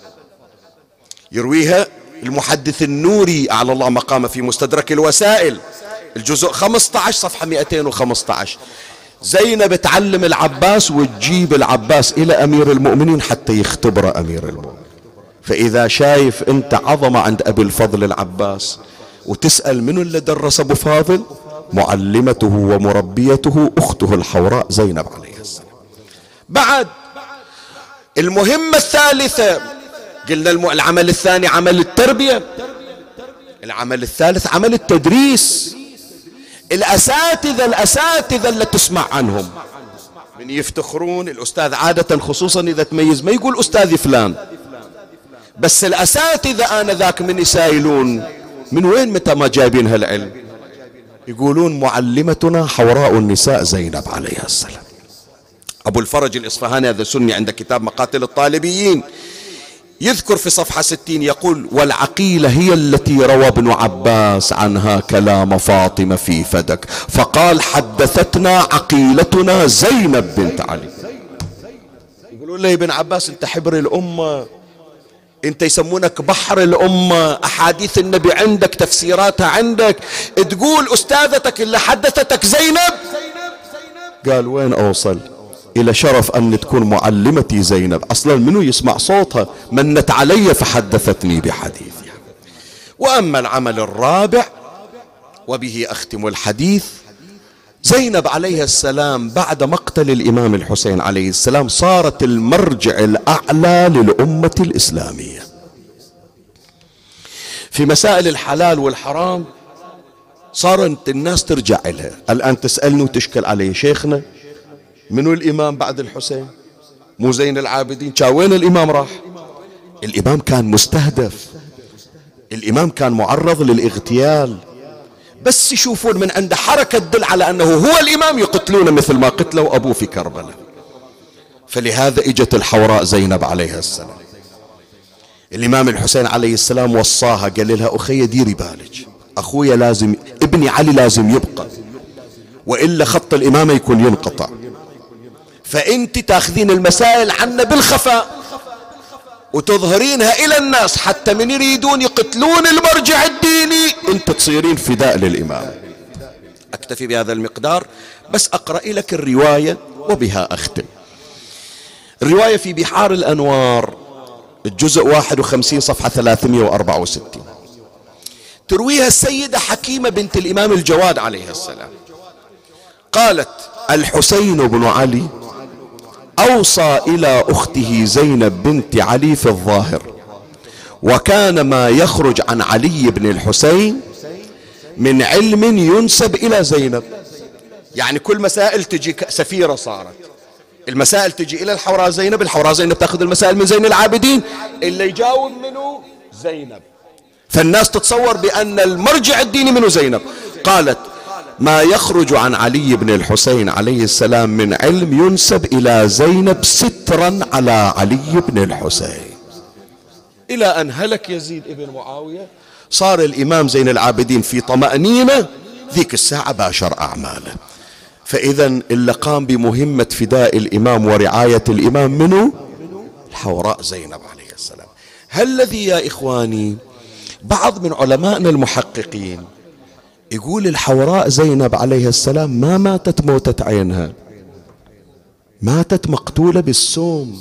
يرويها المحدث النوري أعلى الله مقامه في مستدرك الوسائل الجزء خمسة عشر صفحة مئتين وخمسة عشر. زينب تعلم العباس وتجيب العباس إلى أمير المؤمنين حتى يختبر أمير المؤمنين. فإذا شايف أنت عظمة عند أبي الفضل العباس وتسأل منو اللي درس أبو فاضل، معلمته ومربيته أخته الحوراء زينب عليه السلام. بعد المهمة الثالثة قلنا العمل الثاني عمل التربية، العمل الثالث عمل التدريس. الأساتذة الأساتذة اللي تسمع عنهم من يفتخرون، الأستاذ عادة خصوصا إذا تميز ما يقول أستاذي فلان، بس الأساتذة آنذاك من يسائلون من وين متى ما جايبين هالعلم، يقولون معلمتنا حوراء النساء زينب عليها السلام. أبو الفرج الإصفهاني هذا سني عند كتاب مقاتل الطالبيين يذكر في صفحة ستين يقول: والعقيلة هي التي روى ابن عباس عنها كلام فاطمة في فدك، فقال: حدثتنا عقيلتنا زينب بنت علي. يقولون لي ابن عباس انت حبر الأمة، انت يسمونك بحر الأمة، أحاديث النبي عندك، تفسيراتها عندك، تقول أستاذتك اللي حدثتك زينب. قال: وين أوصل إلى شرف أن تكون معلمتي زينب؟ أصلا منو يسمع صوتها؟ منت علي فحدثتني بحديثها. وأما العمل الرابع وبه أختم الحديث، زينب عليه السلام بعد مقتل الإمام الحسين عليه السلام صارت المرجع الأعلى للأمة الإسلامية في مسائل الحلال والحرام. صارت الناس ترجع لها. الآن تسألني وتشكل علي: شيخنا منو الإمام بعد الحسين؟ مو زين العابدين؟ كان وين الإمام راح؟ الإمام كان مستهدف، الإمام كان معرض للاغتيال، بس يشوفون من عنده حركة تدل على أنه هو الإمام يقتلونه مثل ما قتلوا أبوه في كربلاء. فلهذا اجت الحوراء زينب عليها السلام. الإمام الحسين عليه السلام وصاها، قال لها أخي ديري بالك، أخويا لازم، ابني علي لازم يبقى، وإلا خط الإمامة يكون ينقطع، فأنت تأخذين المسائل عنا بالخفاء وتظهرينها إلى الناس حتى من يريدون يقتلون المرجع الديني أنت تصيرين فداء للإمام. أكتفي بهذا المقدار، بس أقرأ لك الرواية وبها أختم. الرواية في بحار الأنوار الجزء واحد وخمسين صفحة ثلاثمئة وأربعة وستين، ترويها السيدة حكيمة بنت الإمام الجواد عليه السلام. قالت: الحسين بن علي أوصى إلى أخته زينب بنت علي في الظاهر، وكان ما يخرج عن علي بن الحسين من علم ينسب إلى زينب. يعني كل مسائل تجي سفيرة، صارت المسائل تجي إلى الحوراء زينب، الحوراء زينب تأخذ المسائل من زين العابدين، اللي يجاوب منه زينب، فالناس تتصور بأن المرجع الديني منه زينب. قالت: ما يخرج عن علي بن الحسين عليه السلام من علم ينسب إلى زينب سترا على علي بن الحسين، إلى أن هلك يزيد ابن معاوية، صار الإمام زين العابدين في طمأنينة، ذيك الساعة باشر أعماله. فإذا اللي قام بمهمة فداء الإمام ورعاية الإمام منه الحوراء زينب عليه السلام. هل الذي يا إخواني بعض من علمائنا المحققين يقول الحوراء زينب عليه السلام ما ماتت موتة عينها، ماتت مقتولة بالسوم.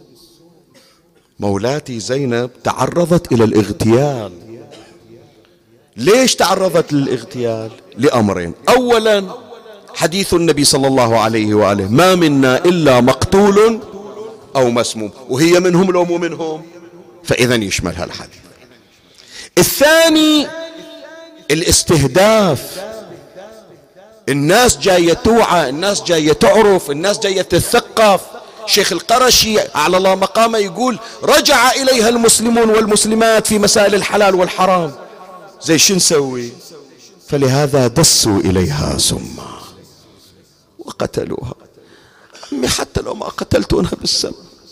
مولاتي زينب تعرضت إلى الاغتيال. ليش تعرضت للاغتيال؟ لأمرين: أولا حديث النبي صلى الله عليه وآله: ما منا إلا مقتول أو مسموم، وهي منهم لو مو منهم، فإذا يشمل هالحديث. الثاني الاستهداف، الناس جاية توعى، الناس جاية تعرف، الناس جاية تتثقف. شيخ القرشي على الله مقامه يقول: رجع إليها المسلمون والمسلمات في مسائل الحلال والحرام، زي شو نسوي؟ فلهذا دسوا إليها سما وقتلوها. أمي حتى لو ما قتلتونها بالسم،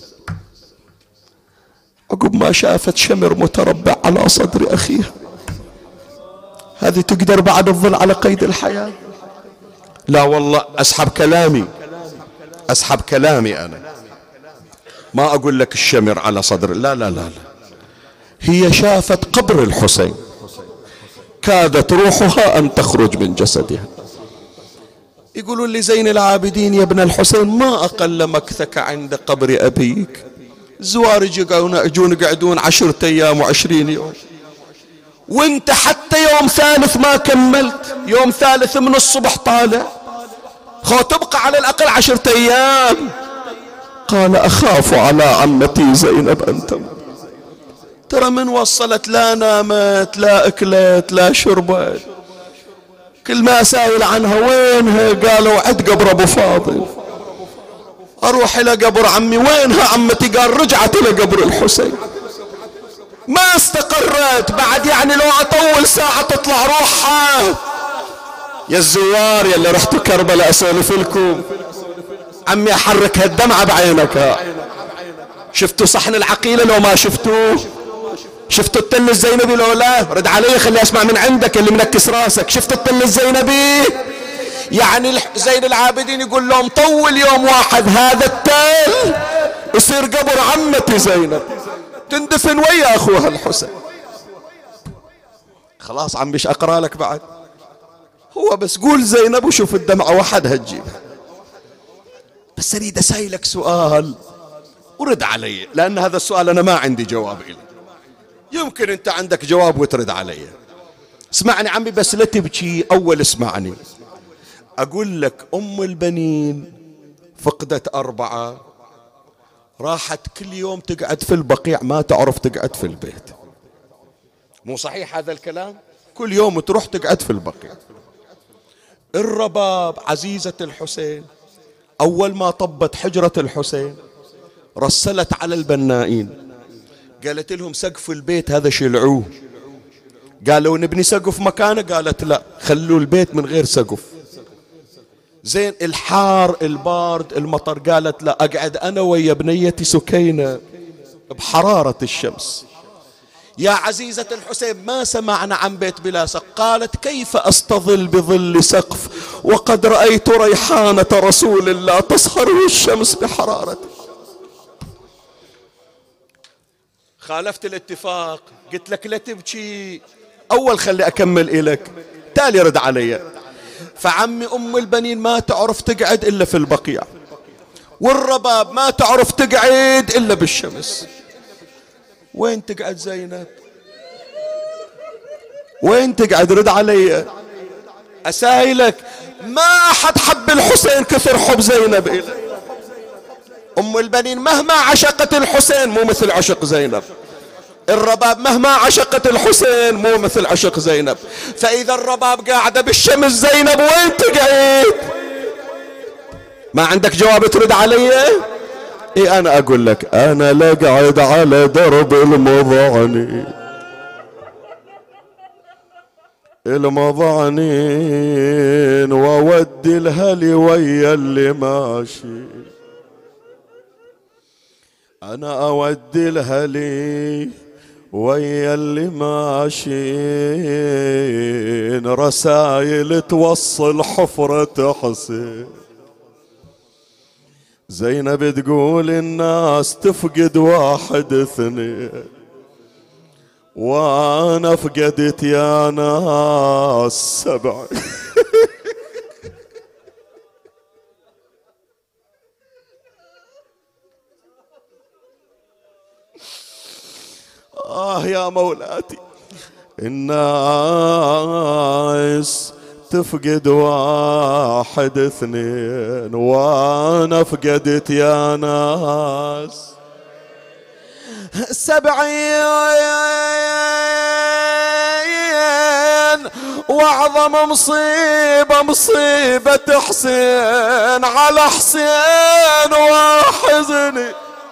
عقب ما شافت شمر متربع على صدر أخيها، هذه تقدر بعد تظل على قيد الحياة؟ لا والله، أسحب كلامي، أسحب كلامي أنا، ما أقول لك الشمر على صدر، لا لا لا لا، هي شافت قبر الحسين، كادت روحها أن تخرج من جسدها. يقولون لزين العابدين: يا ابن الحسين، ما أقل مكثك عند قبر أبيك، الزوارج يجون يقعدون عشرة أيام وعشرين يوم، وانت حتى يوم ثالث ما كملت، يوم ثالث من الصبح طالع، خو تبقى على الأقل عشرة أيام. قال: أخاف على عمتي زينب أن تموت. ترى من وصلت لا نامت لا أكلت لا شربت، كل ما سائل عنها وينها، قالوا عد قبر أبو فاضل. أروح إلى قبر عمي، وينها عمتي؟ قال رجعت إلى قبر الحسين. ما استقرت بعد، يعني لو أطول ساعة تطلع روحها. يا الزوار يا اللي رحتوا كربلاء أسولف لكم، عمي أحرك هالدمعة بعينك. شفتوا صحن العقيلة لو ما شفتوه؟ شفتوا التل الزينبي لو لا؟ رد علي خلي أسمع من عندك اللي منكس راسك. شفتوا التل الزينبي؟ يعني زين العابدين يقول لهم طول يوم واحد هذا التل يصير قبر عمتي زينب تندفن ويا أخوها الحسين. خلاص عم بيش أقرأ لك بعد، هو بس قول زينب وشوف الدمعة وحدها تجيبها. بس أريد أسألك سؤال ورد علي، لأن هذا السؤال أنا ما عندي جواب له، يمكن أنت عندك جواب وترد علي. اسمعني عمي بس لا تبكي، أول اسمعني. أقول لك أم البنين فقدت أربعة، راحت كل يوم تقعد في البقيع، ما تعرف تقعد في البيت. مو صحيح هذا الكلام؟ كل يوم تروح تقعد في البقيع. الرباب عزيزة الحسين أول ما طبت حجرة الحسين رسلت على البنائين، قالت لهم سقف البيت هذا شلعوه، قالوا نبني سقف مكانه، قالت لا خلوا البيت من غير سقف. زين الحار البارد المطر، قالت لا أقعد أنا ويا بنيتي سكينة بحرارة الشمس. يا عزيزة الحسين ما سمعنا عن بيت بلا سقف. قالت كيف أستظل بظل سقف وقد رأيت ريحانة رسول الله تصهره الشمس بحرارته. خالفت الاتفاق، قلت لك لا تبكي، أول خلي أكمل إلك تالي رد علي. فعمي أم البنين ما تعرف تقعد إلا في البقيع، والرباب ما تعرف تقعد إلا بالشمس. وين تقعد زينب؟ وين تقعد؟ رد علي. أسايلك ما أحد حب الحسين كثر حب زينب إليه. أم البنين مهما عشقت الحسين مو مثل عشق زينب. الرباب مهما عشقت الحسين مو مثل عشق زينب. فإذا الرباب قاعدة بالشمس زينب وين تقعد؟ ما عندك جواب ترد علي؟ إيه أنا أقول لك أنا لقعد على درب المضعني المضعنين وودي الهلي ويا اللي ماشي. أنا أودي الهلي ويا اللي ماشين رسايل توصل حفرة حسين. زينب تقول الناس تفقد واحد اثنين وانا فقدت يا ناس سبع. آه يا مولاتي الناس تفقد واحد اثنين وانا فقدت يا ناس سبعين. واعظم مصيبة مصيبة حسين على حسين وحزني.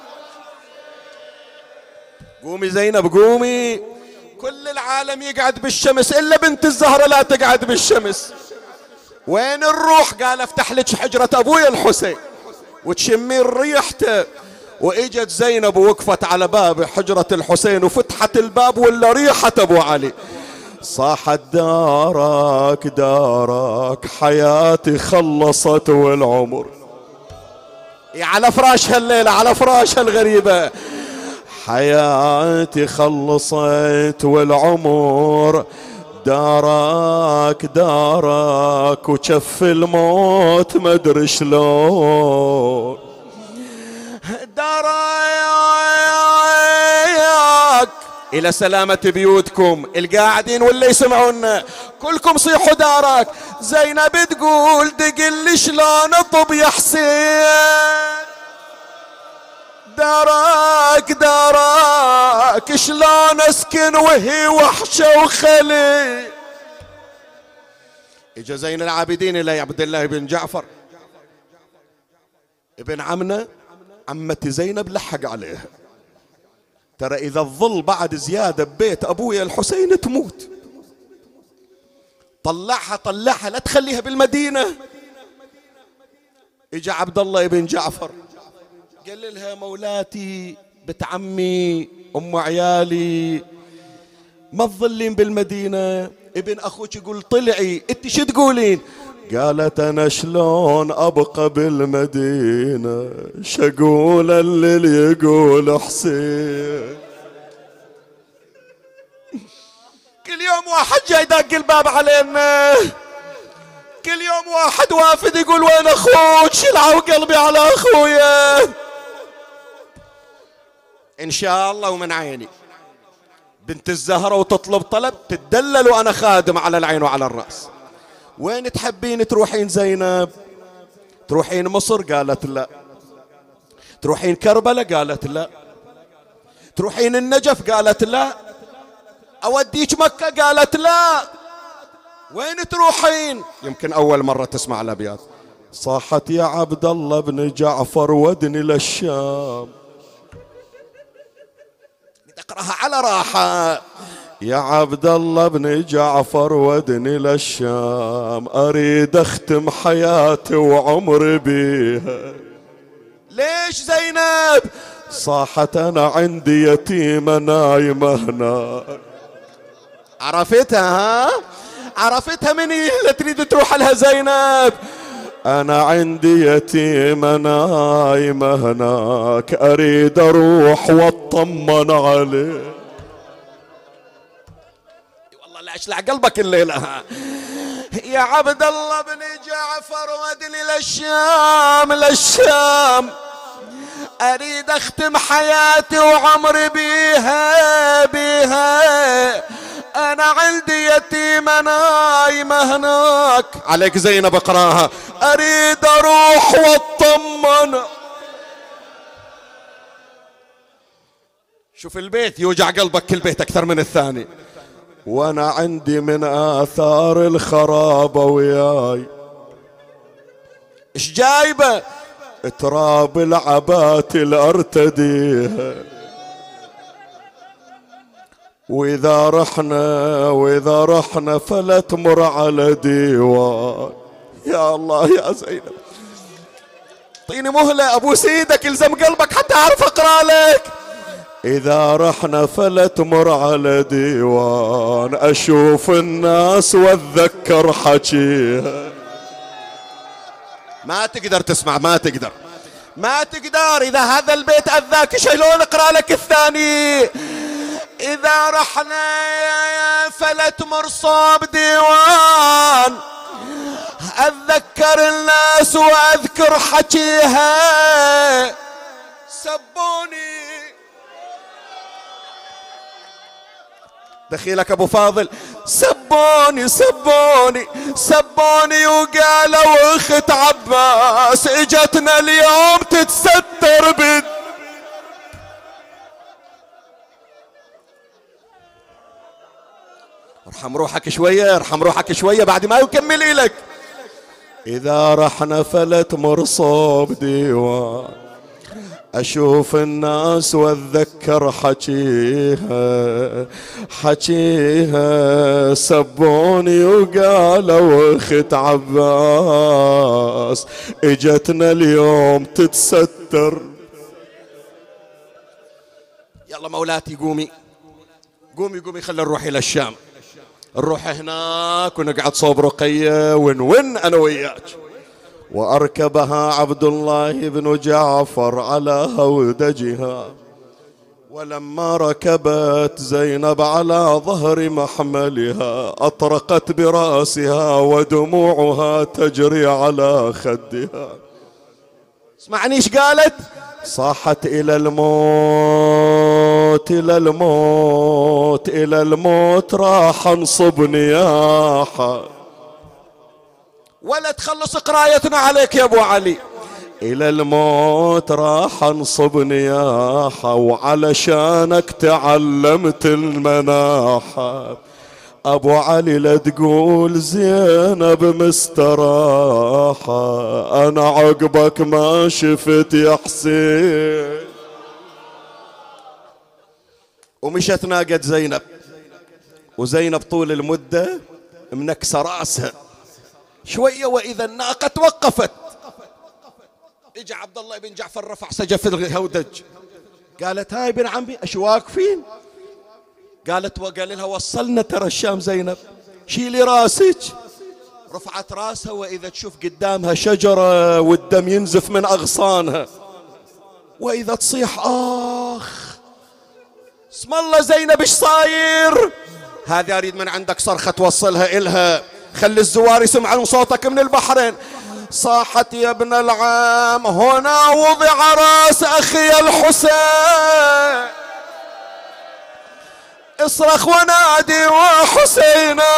قومي زينب قومي، كل العالم يقعد بالشمس إلا بنت الزهرة لا تقعد بالشمس. وين نروح؟ قال افتح لك حجرة أبويا الحسين وتشمين ريحته. وإجت زينب ووقفت على باب حجرة الحسين وفتحت الباب ولا ريحة أبو علي. صاحت دارك دارك حياتي خلصت والعمر. على فراشها الليلة على فراشها الغريبة حياتي خلصت والعمر دارك دارك وشف الموت مدري شلون دارك. إلى سلامة بيوتكم القاعدين واللي يسمعونا كلكم صيحوا دارك. زينب تقول دقل شلون اطب يا حسين دارك دارك شلون اسكن وهي وحشة وخلي. اجا زين العابدين الى عبد الله بن جعفر ابن عمنا عمتي زينب لحق عليها. ترى اذا الظل بعد زيادة ببيت ابويا الحسين تموت. طلعها طلعها لا تخليها بالمدينة. اجا عبد الله بن جعفر قال لها مولاتي بنت عمي ام عيالي ما تظلين بالمدينة. ابن اخوك يقول طلعي انت شو تقولين؟ قالت انا شلون ابقى بالمدينة شقول اللي يقول حسين. كل يوم واحد جاي داق الباب علينا، كل يوم واحد وافد يقول وين اخوك شلعوا قلبي على اخويا. ان شاء الله ومن عيني بنت الزهرة وتطلب طلب تدلل وانا خادم على العين وعلى الرأس. وين تحبين تروحين زينب؟ تروحين مصر؟ قالت لا. تروحين كربلاء؟ قالت لا. تروحين النجف؟ قالت لا. اوديك مكة؟ قالت لا. وين تروحين؟ يمكن اول مرة تسمع الابيات. صاحت يا عبد الله بن جعفر ودني للشام. تقراها على راحة. يا عبد الله بن جعفر ودني للشام، أريد أختم حياتي وعمري بيها. ليش زينب؟ صاحت أنا عندي يتيمة نايمة هناك. عرفتها ها؟ عرفتها من هي اللي تريد تروح لها زينب؟ أنا عندي يتيمة نايمة هناك، أريد أروح واطمن عليه. والله لا أشلع قلبك الليلة. يا عبد الله بن جعفر ودني للشام للشام، أريد أختم حياتي وعمري بيها بيها. أنا عندي يتيمة نايمة هناك. عليك زينب اقراها. أريد أروح واطمن. شوف البيت يوجع قلبك، كل بيت أكثر من الثاني. وأنا عندي من آثار الخرابة وياي. إيش جايبة؟ تراب العبات الأرتديها. وإذا رحنا وإذا رحنا فلا تمر على ديوان. يا الله يا زينب، اعطيني مهلة ابوس ايدك الزم قلبك حتى اعرف اقرا لك. إذا رحنا فلا تمر على ديوان، أشوف الناس وأتذكر حكيها. ما تقدر تسمع، ما تقدر ما تقدر. إذا هذا البيت أذاك شيلون اقرأ لك الثاني. إذا رحنا فلا تمر صوب ديوان، أتذكر الناس وأذكر حكيها. سبوني دخيلك ابو فاضل، سبوني سبوني سبوني وقالوا اخت عباس اجتنا اليوم تتستر بد. ارحم روحك شوية، ارحم روحك شوية بعد ما يكمل لك. إذا رحنا فلا تمر صوب ديوان، أشوف الناس وأتذكر حكيها حكيها. سبوني وقالوا اخت عباس اجتنا اليوم تتستر. يلا مولاتي قومي قومي قومي، خلينا نروح إلى الشام، نروح هناك ونقعد صوب رقية ونون أنا وياك. وأركبها عبد الله بن جعفر على هودجها. ولما ركبت زينب على ظهر محملها أطرقت برأسها ودموعها تجري على خدها. اسمعني ايش قالت؟ صاحت إلى الموت إلى الموت إلى الموت راح انصب نياحة. ولا تخلص قرايتنا عليك يا ابو علي. الى الموت راح انصب نياحة، وعلشانك تعلمت المناحة. ابو علي لا تقول زينب مستراحة، انا عقبك ما شفت يا حسين. ومشت ناقة زينب، وزينب طول المدة منكسة راسها شوية، وإذا الناقة توقفت. اجى عبد الله بن جعفر رفع سجف الهودج، قالت هاي ابن عمي ايش واقفين؟ قالت وقال لها وصلنا ترى الشام زينب، شيلي راسك. رفعت راسها وإذا تشوف قدامها شجرة والدم ينزف من أغصانها، وإذا تصيح آخ اسم الله زينب ايش صاير؟ هذه أريد من عندك صرخة توصلها إلها، خلي الزوار يسمعون صوتك من البحرين. صاحت يا ابن العام هنا وضع راس أخي الحسين، اصرخ ونادي وحسينا.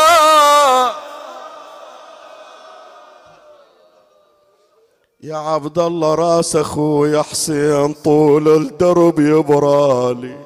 يا عبد الله راس اخويا حسين طول الدرب يبرالي.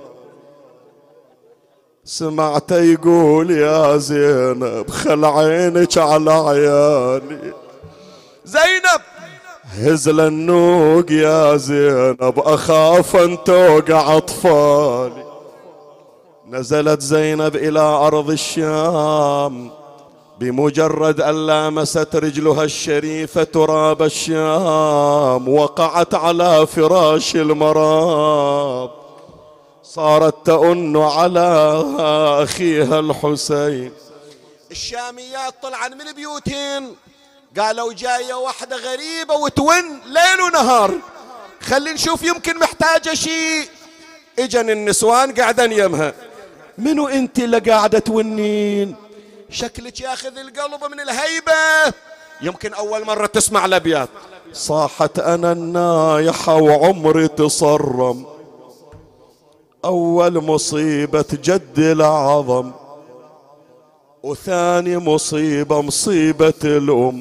سمعت يقول يا زينب خل عينك على عيالي. زينب هز للنوق يا زينب اخاف ان توقع اطفالي. نزلت زينب إلى أرض الشام، بمجرد أن لامست رجلها الشريفة تراب الشام وقعت على فراش المراب، صارت تؤن على أخيها الحسين. الشاميات طلعن من بيوتهن، قالوا جاية واحدة غريبة وتون ليل ونهار، خلي نشوف يمكن محتاجة شيء. اجن النسوان قاعدن يمها، منو انت اللي قاعدة تونين؟ شكلك ياخذ القلب من الهيبة، يمكن أول مرة تسمع الأبيات. صاحت أنا النايحة وعمري تصرم، أول مصيبة جد العظم، وثاني مصيبة مصيبة الأم،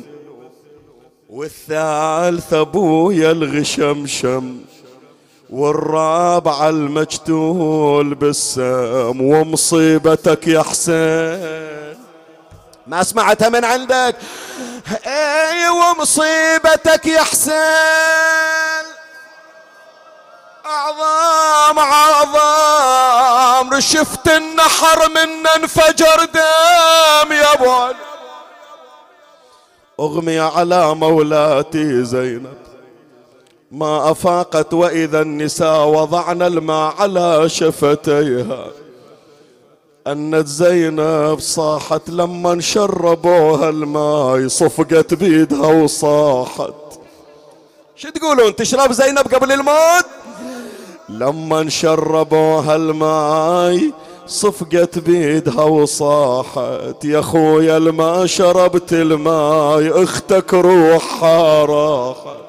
والثالث أبويا الغشمشم، والرابعة المجتول بالسام، ومصيبتك يا حسين. ما سمعتها من عندك؟ ايوه مصيبتك يا حسين، اعظم اعظم، رشفت النحر منا انفجر دم يا ابو علي. اغمي على مولاتي زينب ما افاقت، واذا النساء وضعن الماء على شفتيها. أنت زينب صاحت لما شربوها الماي، صفقت بيدها وصاحت. شو تقولون تشرب زينب قبل الموت؟ لما شربوها الماي صفقت بيدها وصاحت، يا خويا الما شربت الماي اختك روحها راحت.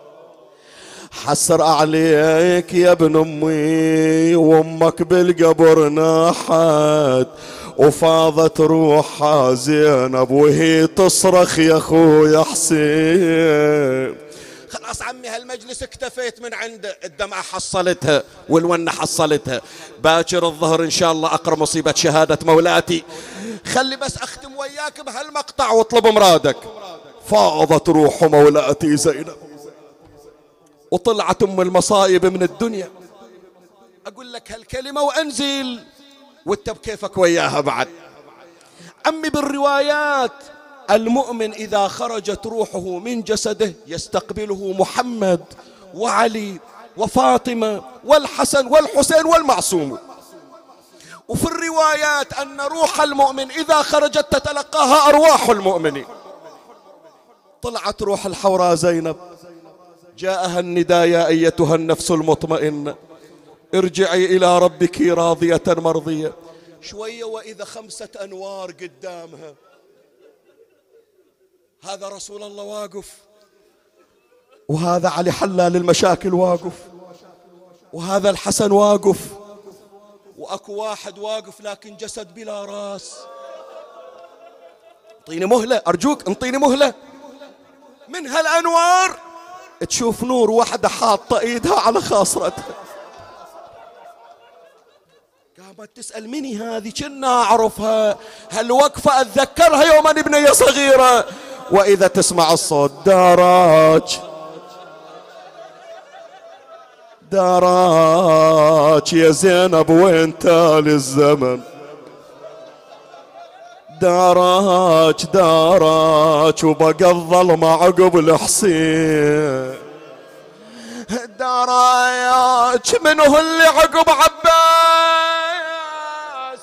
حسر عليك يا ابن امي، وامك بالقبر ناحت، وفاضت روحها زينب وهي تصرخ يا خويا حسين. خلاص عمي هالمجلس اكتفيت من عنده، الدمعة حصلتها والونة حصلتها، باكر الظهر ان شاء الله اقرا مصيبة شهادة مولاتي. خلي بس اختم وياك بهالمقطع واطلب مرادك. فاضت روح مولاتي زينب وطلعت ام المصايب من الدنيا. اقول لك هالكلمة وانزل وانت بكيفك وياها بعد. عمي بالروايات المؤمن اذا خرجت روحه من جسده يستقبله محمد وعلي وفاطمة والحسن والحسين والمعصوم. وفي الروايات ان روح المؤمن اذا خرجت تتلقاها ارواح المؤمنين. طلعت روح الحوراء زينب، جاءها النداء يا أيتها النفس المطمئنة ارجعي إلى ربك راضية مرضية. شوية وإذا خمسة أنوار قدامها، هذا رسول الله واقف، وهذا علي حلال المشاكل واقف، وهذا الحسن واقف، وأكو واحد واقف لكن جسد بلا راس. انطيني مهلة أرجوك، انطيني مهلة. من هالأنوار تشوف نور واحدة حاطة ايدها على خاصرتها. قامت تسأل مني هذه؟ كنا أعرفها، هالوقفة أتذكرها يوم أن بنية صغيرة. وإذا تسمع الصوت داراج داراج يا زينب وين تالي الزمن، داراج داراج وبقى الظلمة عقب الحسين. داراج منه اللي عقب عباس،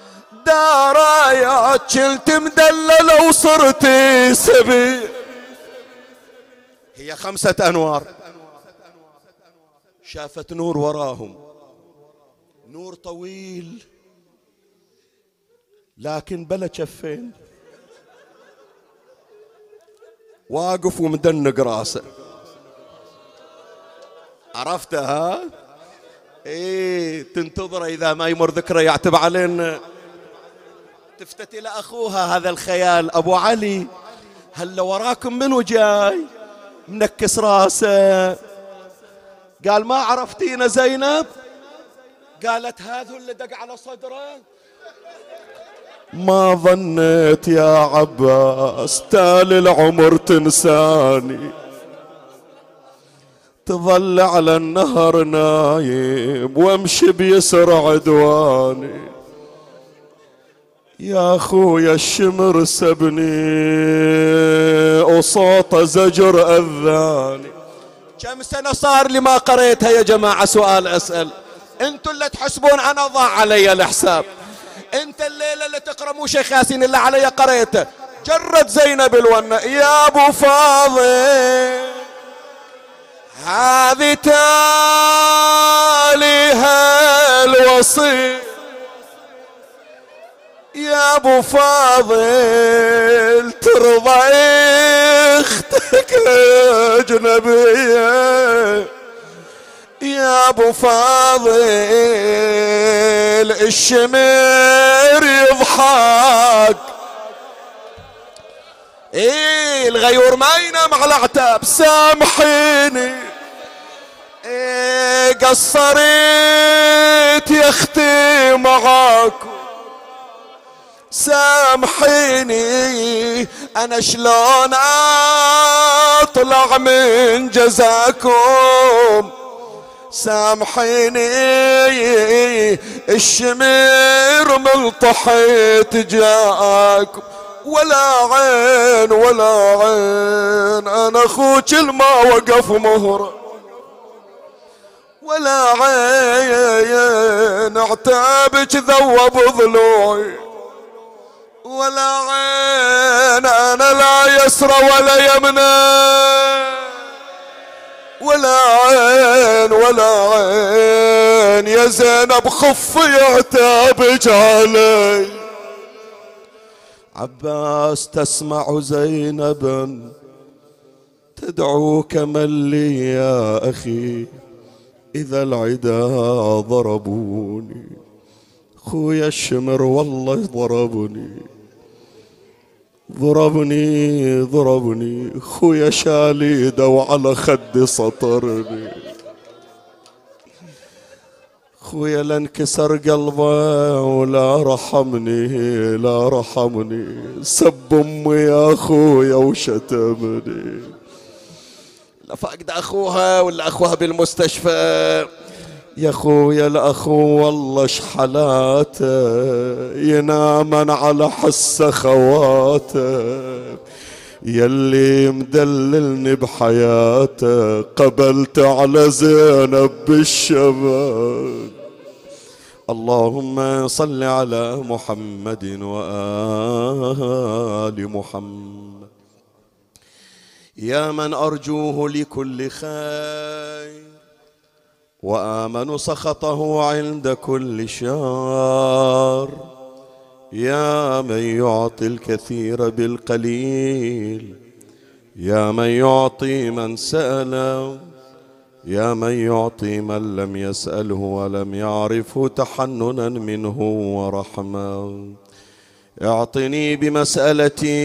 داراج شلت مدلل وصرت سبي. هي خمسة أنوار، شافت نور وراهم، نور طويل لكن بلا كفين، واقف ومدنق راسه. عرفتها؟ ايه تنتظر اذا ما يمر ذكرى يعتب علينا. تفتت الى اخوها هذا الخيال ابو علي، هلا وراكم منو جاي منكس راسه؟ قال ما عرفتينا زينب؟ قالت هذا اللي دق على صدره. ما ظنيت يا عباس تالي العمر تنساني، تظل على النهر نايم وامشي بيسر عدواني. يا خويا الشمر سبني وصوت زجر أذاني. كم سنة صار لي ما قريتها يا جماعة؟ سؤال أسأل، انتوا اللي تحسبون أنا ضاع علي الحساب. انت الليلة اللي تقرأ مو شيخ ياسين اللي علي قريته، جرد زينب الونة يا ابو فاضل هذه تاليها الوصي يا ابو فاضل ترضى اختك اجنبيه يا ابو فاضل الشمر يضحك. ايه الغيور ما ينام على عتاب. سامحيني ايه قصرت يا اختي معاكم، سامحيني انا شلون اطلع من جزاكم، سامحيني الشمر ملطحت جاكم. ولا عين ولا عين انا اخوك الما وقف مهره، ولا عين اعتابك ذوب ضلوعي، ولا عين انا لا يسرى ولا يمنى، ولا عين ولا عين يا زينب خفي عتابك علي. عباس تسمع زينبا تدعوك من لي يا أخي إذا العدا ضربوني، خويا الشمر والله ضربني ضربني ضربني، خويا شاليده وعلى خدي سطرني، خويا لانكسر قلبه ولا رحمني لا رحمني، سب امي يا خويا وشتمني. لا فاقد اخوها ولا اخوها بالمستشفى يا خويا الاخو والله شحلاته ينامن على حس خواته، يلي مدللني بحياته قبلت على زينب بالشباب. اللهم صل على محمد وآل محمد. يا من أرجوه لكل خير وآمن سخطه عند كل شر، يا من يعطي الكثير بالقليل، يا من يعطي من سأله، يا من يعطي من لم يسأله ولم يعرفه تحننا منه ورحمة. اعطني بمسألتي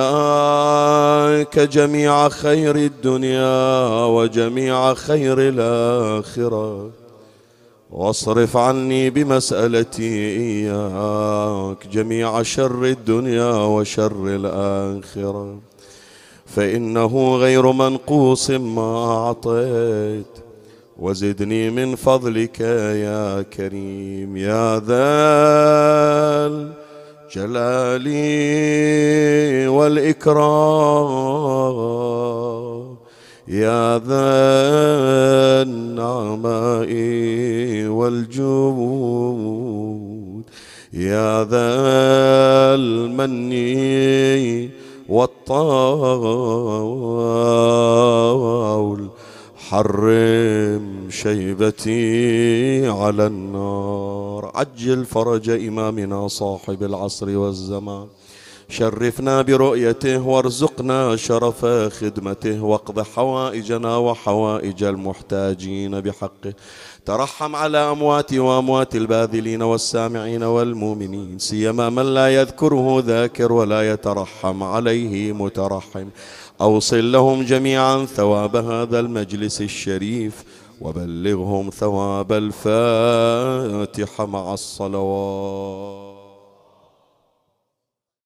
إياك جميع خير الدنيا وجميع خير الآخرة، واصرف عني بمسألتي إياك جميع شر الدنيا وشر الآخرة، فإنه غير منقوص ما أعطيت، وزدني من فضلك يا كريم يا ذا الجلال والإكرام، يا ذا النعماء والجود، يا ذا المن والطول، حرم شيبتي على النار. عجل فرج إمامنا صاحب العصر والزمان، شرفنا برؤيته وارزقنا شرف خدمته، واقض حوائجنا وحوائج المحتاجين بحقه. ترحم على أمواتي وأموات الباذلين والسامعين والمؤمنين، سيما من لا يذكره ذاكر ولا يترحم عليه مترحم. أوصل لهم جميعا ثواب هذا المجلس الشريف، وبلغهم ثواب الفاتحة مع الصلوات.